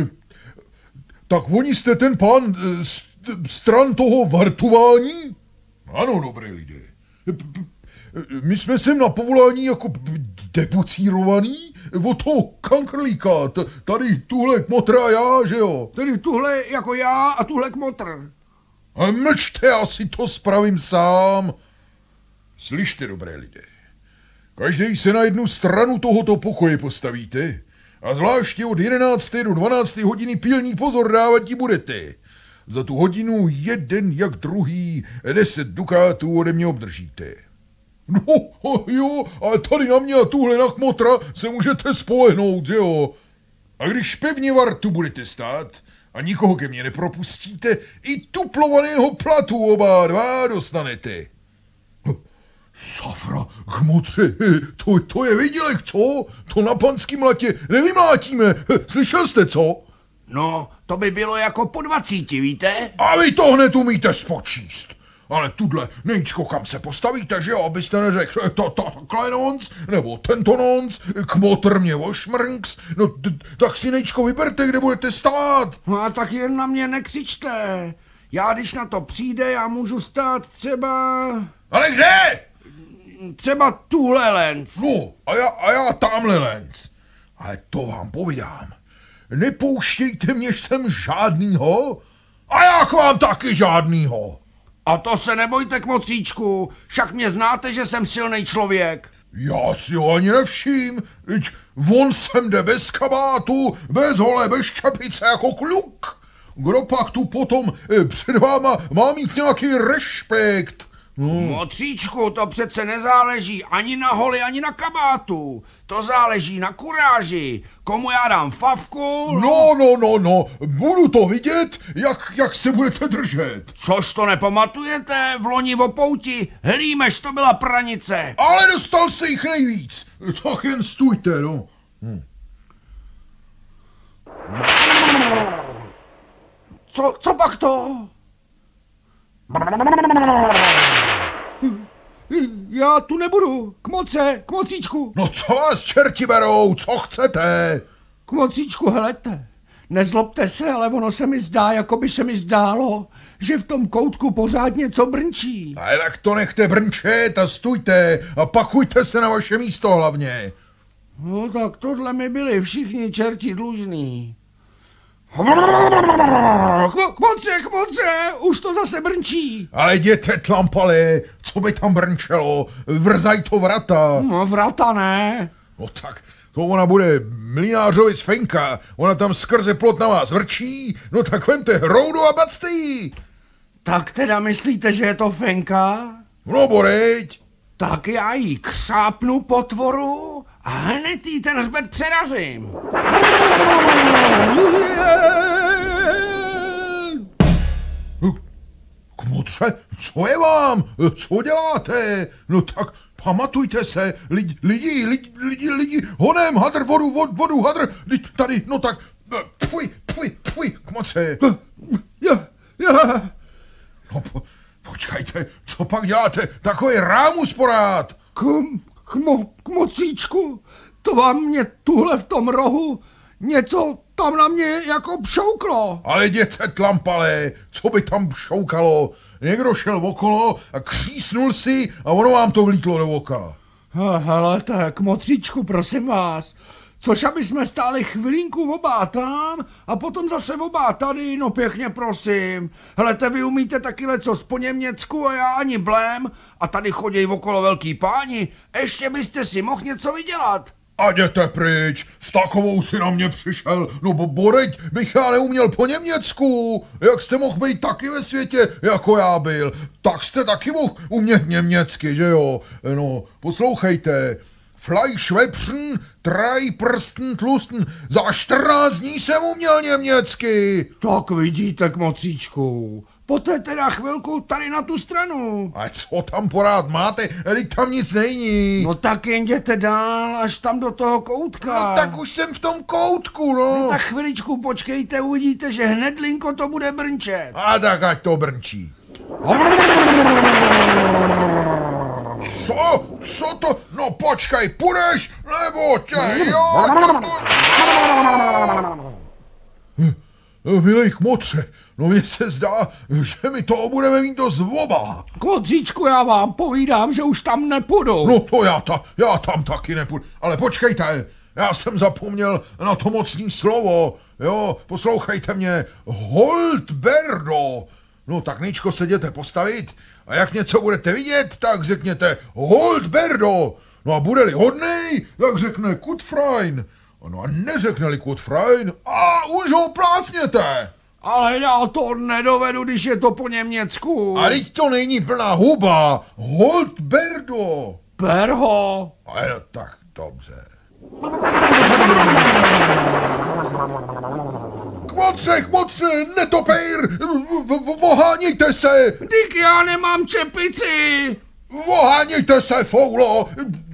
Tak oni jste ten pán stran toho vartování? Ano, dobré lidé. My jsme sem na povolání jako depucírovaný od toho kankrlíka, tady tuhle kmotr a já, že jo? Tedy tuhle jako já a tuhle kmotr. A mlčte, já si to spravím sám. Slyšte, dobré lidé, každý se na jednu stranu tohoto pokoje postavíte a zvláště od 11. do 12. hodiny pilný pozor dávat ti budete. Za tu hodinu jeden jak druhý 10 dukátů ode mě obdržíte. No, jo, ale tady na mě a tuhle na kmotra se můžete spolehnout, že jo? A když pevně vartu budete stát a nikoho ke mně nepropustíte, i tuplovaného platu oba dva dostanete. Safra, kmotře, to je výdělek, co? To na panským latě nevymlátíme, slyšel jste, co? No, to by bylo jako po 20, víte? A vy to hned umíte spočíst. Ale tudle, nejčko, kam se postavíte, že jo, abyste neřekl takhle nonc, nebo tento nonc, kmotr mě ošmrnks, no tak si nejčko vyberte, kde budete stát. No a tak jen na mě nekřičte. Já když na to přijde, já můžu stát třeba... Ale kde? Třeba tuhle lenc. No, a já tamhle lenc. Ale to vám povídám. Nepouštějte mě sem žádnýho a já k vám taky žádnýho. A to se nebojte, kmotříčku, však mě znáte, že jsem silný člověk. Já si ho ani nevším, teď on sem jde bez kabátu, bez hole, bez čepice jako kluk. Kdo pak tu potom před váma má mít nějaký rešpekt? Kmotříčku, to přece nezáleží ani na holi, ani na kabátu. To záleží na kuráži. Komu já dám favku? No, budu to vidět, jak se budete držet. Což to nepamatujete? V loni v Opouti Hlímeš to byla pranice. Ale dostal jste jich nejvíc. Tak jen stůjte, no. Co pak to? Já tu nebudu. K motře, k motříčku. No co vás čerti berou, co chcete? K motříčku, helete. Nezlobte se, ale ono se mi zdá, jako by se mi zdálo, že v tom koutku pořád něco brnčí. Ale tak to nechte brnčet a stůjte a pakujte se na vaše místo hlavně. No tak tohle mi byli všichni čerti dlužní. K motře, už to zase brnčí. Ale jděte tlampale, co by tam brnčelo, vrzaj to vrata. No vrata ne. No tak, to ona bude mlynářovic Fenka, ona tam skrze plot na vás vrčí, no tak vemte hroudu a bacte jí. Tak teda myslíte, že je to Fenka? No boreď. Tak já jí křápnu po tvoru a hned jí ten hřbet přerazím. Kmotře, co je vám? Co děláte? No tak pamatujte se, lidi, honem, hadr, vodu, hadr, tady, no tak, pfuj, kmotře. No počkajte, co pak děláte? Takový rámus porád. K motříčku, to vám mě tuhle v tom rohu něco tam na mě jako pšouklo. Ale jděte tlampale, co by tam pšoukalo? Někdo šel okolo a křísnul si a ono vám to vlítlo do oka. Hele, tak motříčku, prosím vás. Což aby jsme stáli chvilinku oba tam a potom zase oba tady, no pěkně prosím. Helete, vy umíte taky lecos po Německu a já ani blém a tady chodí okolo velký páni, ještě byste si mohl něco vydělat. A jděte pryč, s takovou si na mě přišel, no boreď bych já neuměl po Německu. Jak jste mohl být taky ve světě, jako já byl, tak jste taky mohl umět německy, že jo? No, poslouchejte. Fleisch wepřn, drei prsten tlusten, za 14 dní jsem uměl německy. Tak vidíte, k motříčku. Poté teda chvilku tady na tu stranu. A co tam porád máte? Teď tam nic není. No tak jen jděte dál, až tam do toho koutka. No tak už jsem v tom koutku, no. No tak chviličku počkejte, uvidíte, že hnedlinko to bude brnčet. A tak ať to brnčí. Co to? No počkej, půjdeš? Nebo tě, jo? Milej kmotře, no mně se zdá, že mi toho budeme mít dost oba. K motříčku, já vám povídám, že už tam nepůjdu. No to já tam taky nepůjdu. Ale počkejte, já jsem zapomněl na to mocný slovo. Jo, poslouchejte mě. Holdberdo. No tak Ničko se jděte postavit a jak něco budete vidět, tak řekněte Holdberdo. No a bude-li hodnej, tak řekne Kutfrein. No a neřekne-li Kutfrein, a už ho plácněte. Ale já to nedovedu, když je to po Německu. A teď to není plná huba. Holdberdo. Perho. Ale no tak dobře. Kmotře, netopejr, ohánějte se. Dík, já nemám čepici. Ohánějte se, foulo.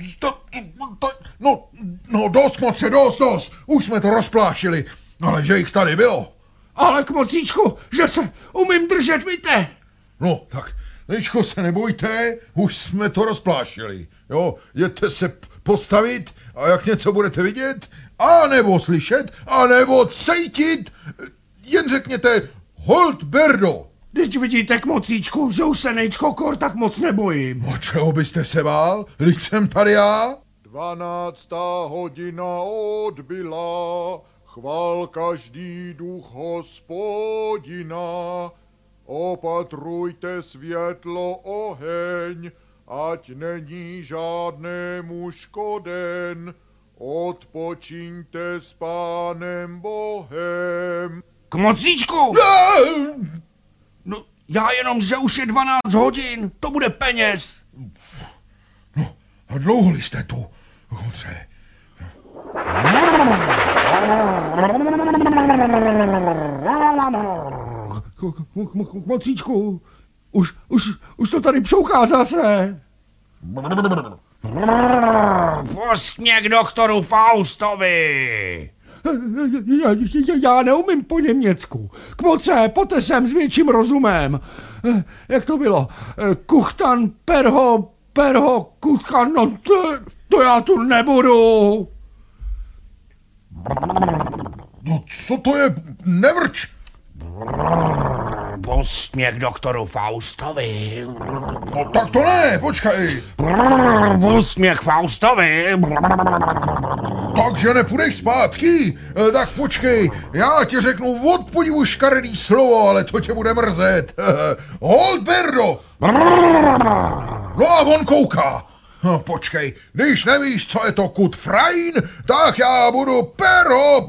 No dost, kmotře, dost. Už jsme to rozplášili, ale že jich tady bylo. Ale k motříčku, že se umím držet, víte. No tak, Ličko, se nebojte, už jsme to rozplášili. Jo, jděte se postavit a jak něco budete vidět, a nebo slyšet, a nebo cítit, jen řekněte Holdberdo. Teď vidíte, k motříčku, že už se Nejčko kor tak moc nebojím. No čeho byste se bál? Teď jsem tady já. 12. hodina odbyla, chval každý duch Hospodina. Opatrujte světlo oheň, ať není žádnému škoden. Odpočiňte s Pánem Bohem. K motříčku! No, já jenom, že už je 12 hodin, to bude peněz. No, a dlouho jste tu, Honře? K motříčku, už to tady pšouká zase. Postně k doktoru Faustovi. Já neumím po německu. Kmotře, pojďte sem s větším rozumem. Jak to bylo? Kuchtan, perho, kuchtan, no to já tu nebudu. No co to je? Nevrč! Posměch doktoru Faustovi. No tak to ne, počkej. Posměch Faustovi. Takže nepůjdeš zpátky? Tak počkej, já ti řeknu od podivu škaredý slovo, ale to tě bude mrzet. Hold, Berdo! No a on kouká. No, počkej, když nevíš, co je to Kut Frein, tak já budu pero.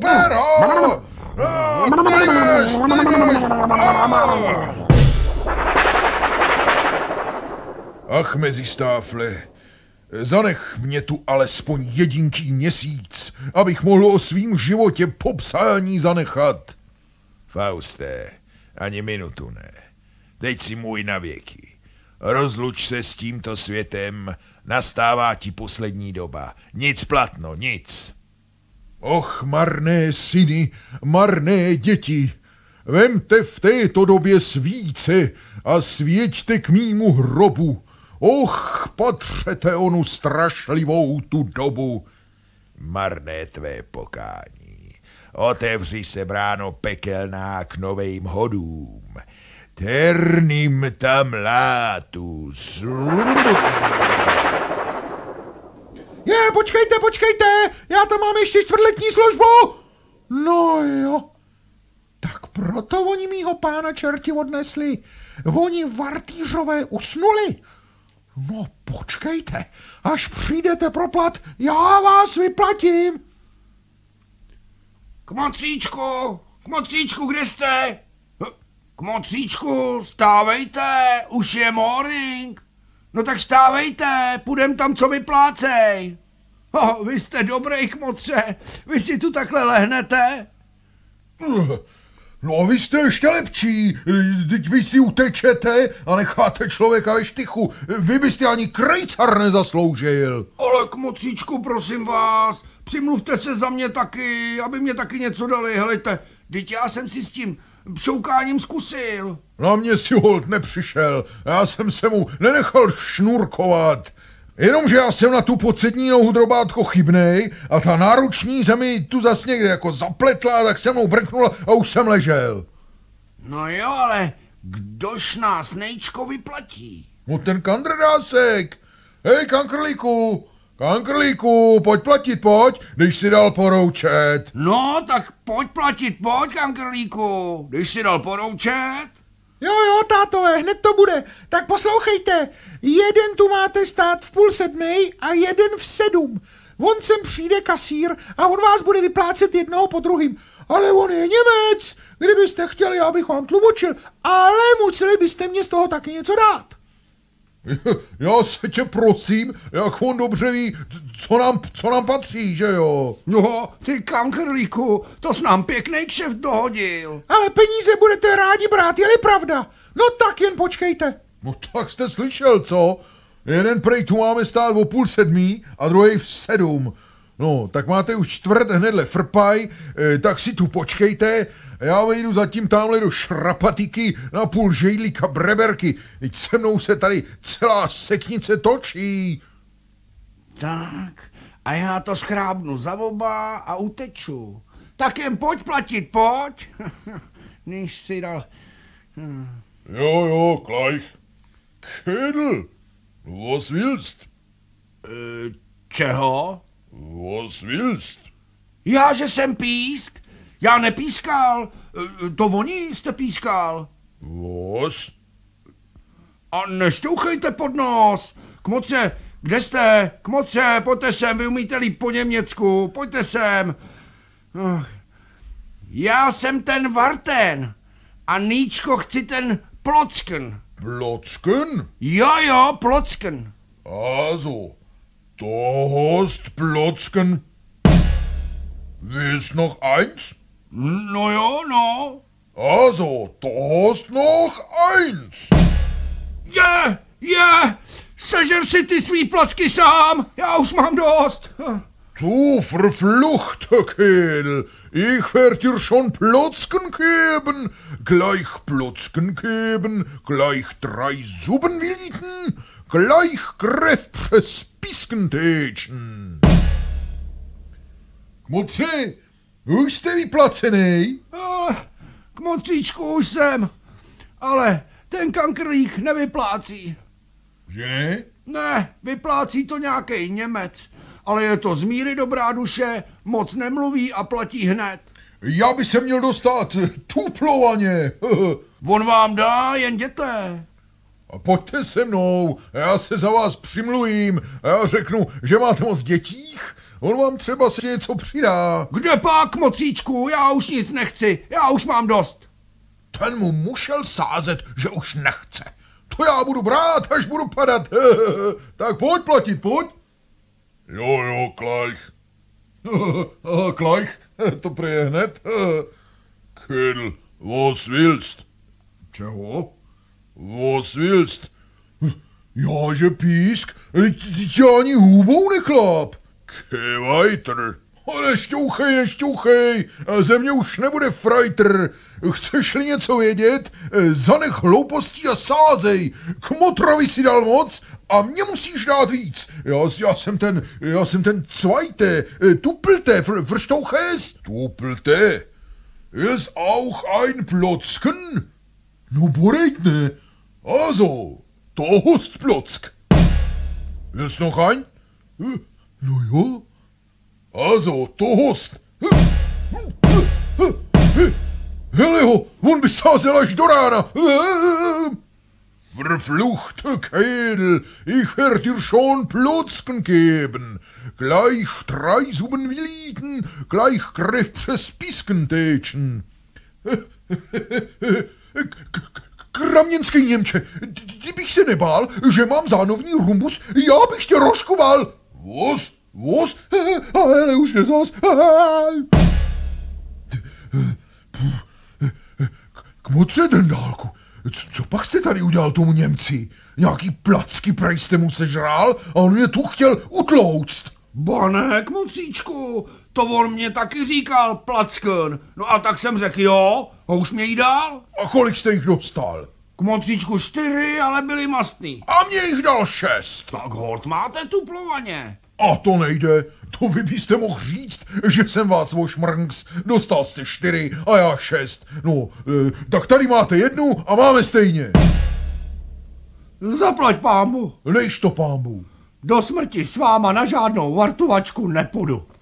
Ach, Mezistáfle, zanech mě tu alespoň jedinký měsíc, abych mohl o svým životě popsání zanechat. Fauste, ani minutu ne. Teď si můj navěky. Rozluč se s tímto světem, nastává ti poslední doba. Nic platno, nic. Och, marné syny, marné děti, vemte v této době svíce a svěďte k mýmu hrobu. Och, patřete onu strašlivou tu dobu. Marné tvé pokání, otevři se bráno pekelná k novým hodům. Ternim tam latus. Počkejte, já tam mám ještě čtvrtletní službu. No jo, tak proto oni mýho pána čerti odnesli. Oni vartýřové usnuli. No počkejte, až přijdete pro plat, já vás vyplatím. Kmotříčku, kde jste? Kmotříčku, stávejte, už je morning. No tak stávejte, půjdem tam, co vyplácej. Vy jste dobrý, kmotře, vy si tu takhle lehnete? No vy jste ještě lepší, teď vy si utečete a necháte člověka ve štychu. Vy byste ani krejcar nezasloužil. Ale kmotříčku, prosím vás, přimluvte se za mě taky, aby mě taky něco dali, helejte, teď já jsem si s tím šoukáním zkusil. Na mě si holt nepřišel, já jsem se mu nenechal šnurkovat. Jenomže já jsem na tu podcetní nohu drobátko chybnej a ta náruční se mi tu zas někde jako zapletla, tak se mnou brknula a už jsem ležel. No jo, ale kdož nás nejčko vyplatí? No ten kandrdásek. Hej, Kankrlíku, pojď platit, pojď, když si dal poroučet. No, tak pojď platit, pojď, Kankrlíku, když si dal poroučet. Jo, tátové, hned to bude. Tak poslouchejte, jeden tu máte stát v 6:30 a jeden v 7. On sem přijde kasír a on vás bude vyplácet jednoho po druhým. Ale on je Němec, kdybyste chtěli, abych vám tlumočil, ale museli byste mě z toho taky něco dát. Já se tě prosím, jak on dobře ví, co nám patří, že jo? No, ty Kankrlíku, to s nám pěknej kšeft dohodil. Ale peníze budete rádi brát, je-li pravda. No tak jen počkejte. No tak jste slyšel, co? Jeden prej tu máme stát o 6:30 a druhý v 7. No, tak máte už čtvrt hnedle frpaj, tak si tu počkejte. Já vejdu zatím tamhle do šrapatiky na půl žejlíka breberky. Teď se mnou se tady celá seknice točí. Tak, a já to schrábnu za oba a uteču. Tak jen pojď platit, pojď. Než si dal... Jo, gleich. Kedl, was willst? Čeho? Was willst? Já, že jsem písk? Já nepískal. To oni jste pískal. Was? A nešťouchejte pod nos. Kmotře, kde jste? Kmotře, pojďte sem, vy umíte líp po německu. Pojďte sem. Já jsem ten Varten. A Níčko chci ten Plocken. Plocken? Jo, Plocken. Also, du hast Plocken. Willst noch eins? No jo, no. Also, du hast noch eins. Je, sežer si ty svý placky sám, já už mám dost. Du verfluchter Kerl, ich werd dir schon Plotzken geben, gleich Plotzken geben, gleich 3 Suppenwiliten, gleich kräftiges Piskentätschen. Kmoci, už jste vyplacený? Kmotříčku, už jsem, ale ten kankrlík nevyplácí. Že ne? Ne, vyplácí to nějaký Němec, ale je to z míry dobrá duše, moc nemluví a platí hned. Já by se měl dostat tuplovaně. On vám dá, jen jděte. A pojďte se mnou, já se za vás přimluvím a já řeknu, že máte moc dětích, on vám třeba si něco přidá. Kde pak, motříčku, já už nic nechci, já už mám dost. Ten mu musel sázet, že už nechce. To já budu brát, až budu padat. Tak pojď platit, pojď. Jo, Kleich. Kleich, to prý hned. Kerl, was willst? Čeho? Was willst? Já, že písk, teď ani hůbou nekláp. Ke weiter. Nešťouchej, ze mě už nebude frajtr. Chceš-li něco vědět, zanech hloupostí a sázej. Kmotrovi si dal moc a mě musíš dát víc. Já jsem ten zweite, Tuppelte, verstauchst? Tuppelte ist auch ein Plotzken? No borejtne. Also, to ist Plotzk. Ist noch ein? No jo. Also, to host. Hele ho, on by sázel až do rána. Verfluchter Kerl, ich werd dir schon Plotzken geben. Gleich 3 Suppenwiliten, gleich kräftiges Piskentätschen. Kramněnský Němče, kdybych se nebál, že mám zánovní rumbus, já bych tě rožkoval. Vos? Ale už nezas. Kmotře Drndálku, co pak jste tady udělal tomu Němci? Nějaký placky prej jste mu sežrál a on mě tu chtěl utlouct. Bane, kmotříčku, to on mě taky říkal, placken. No a tak jsem řekl jo, a už mě jí dal. A kolik jste jich dostal? Kmotříčku 4, ale byli mastný. A mě jich dal 6. Tak holt máte tuplovaně. A to nejde, to vy byste mohl říct, že jsem vás ošmrnks, dostal jste 4 a já 6. No, tak tady máte 1 a máme stejně. Zaplať pámbu. Nejž to pámbu. Do smrti s váma na žádnou vartovačku nepůjdu.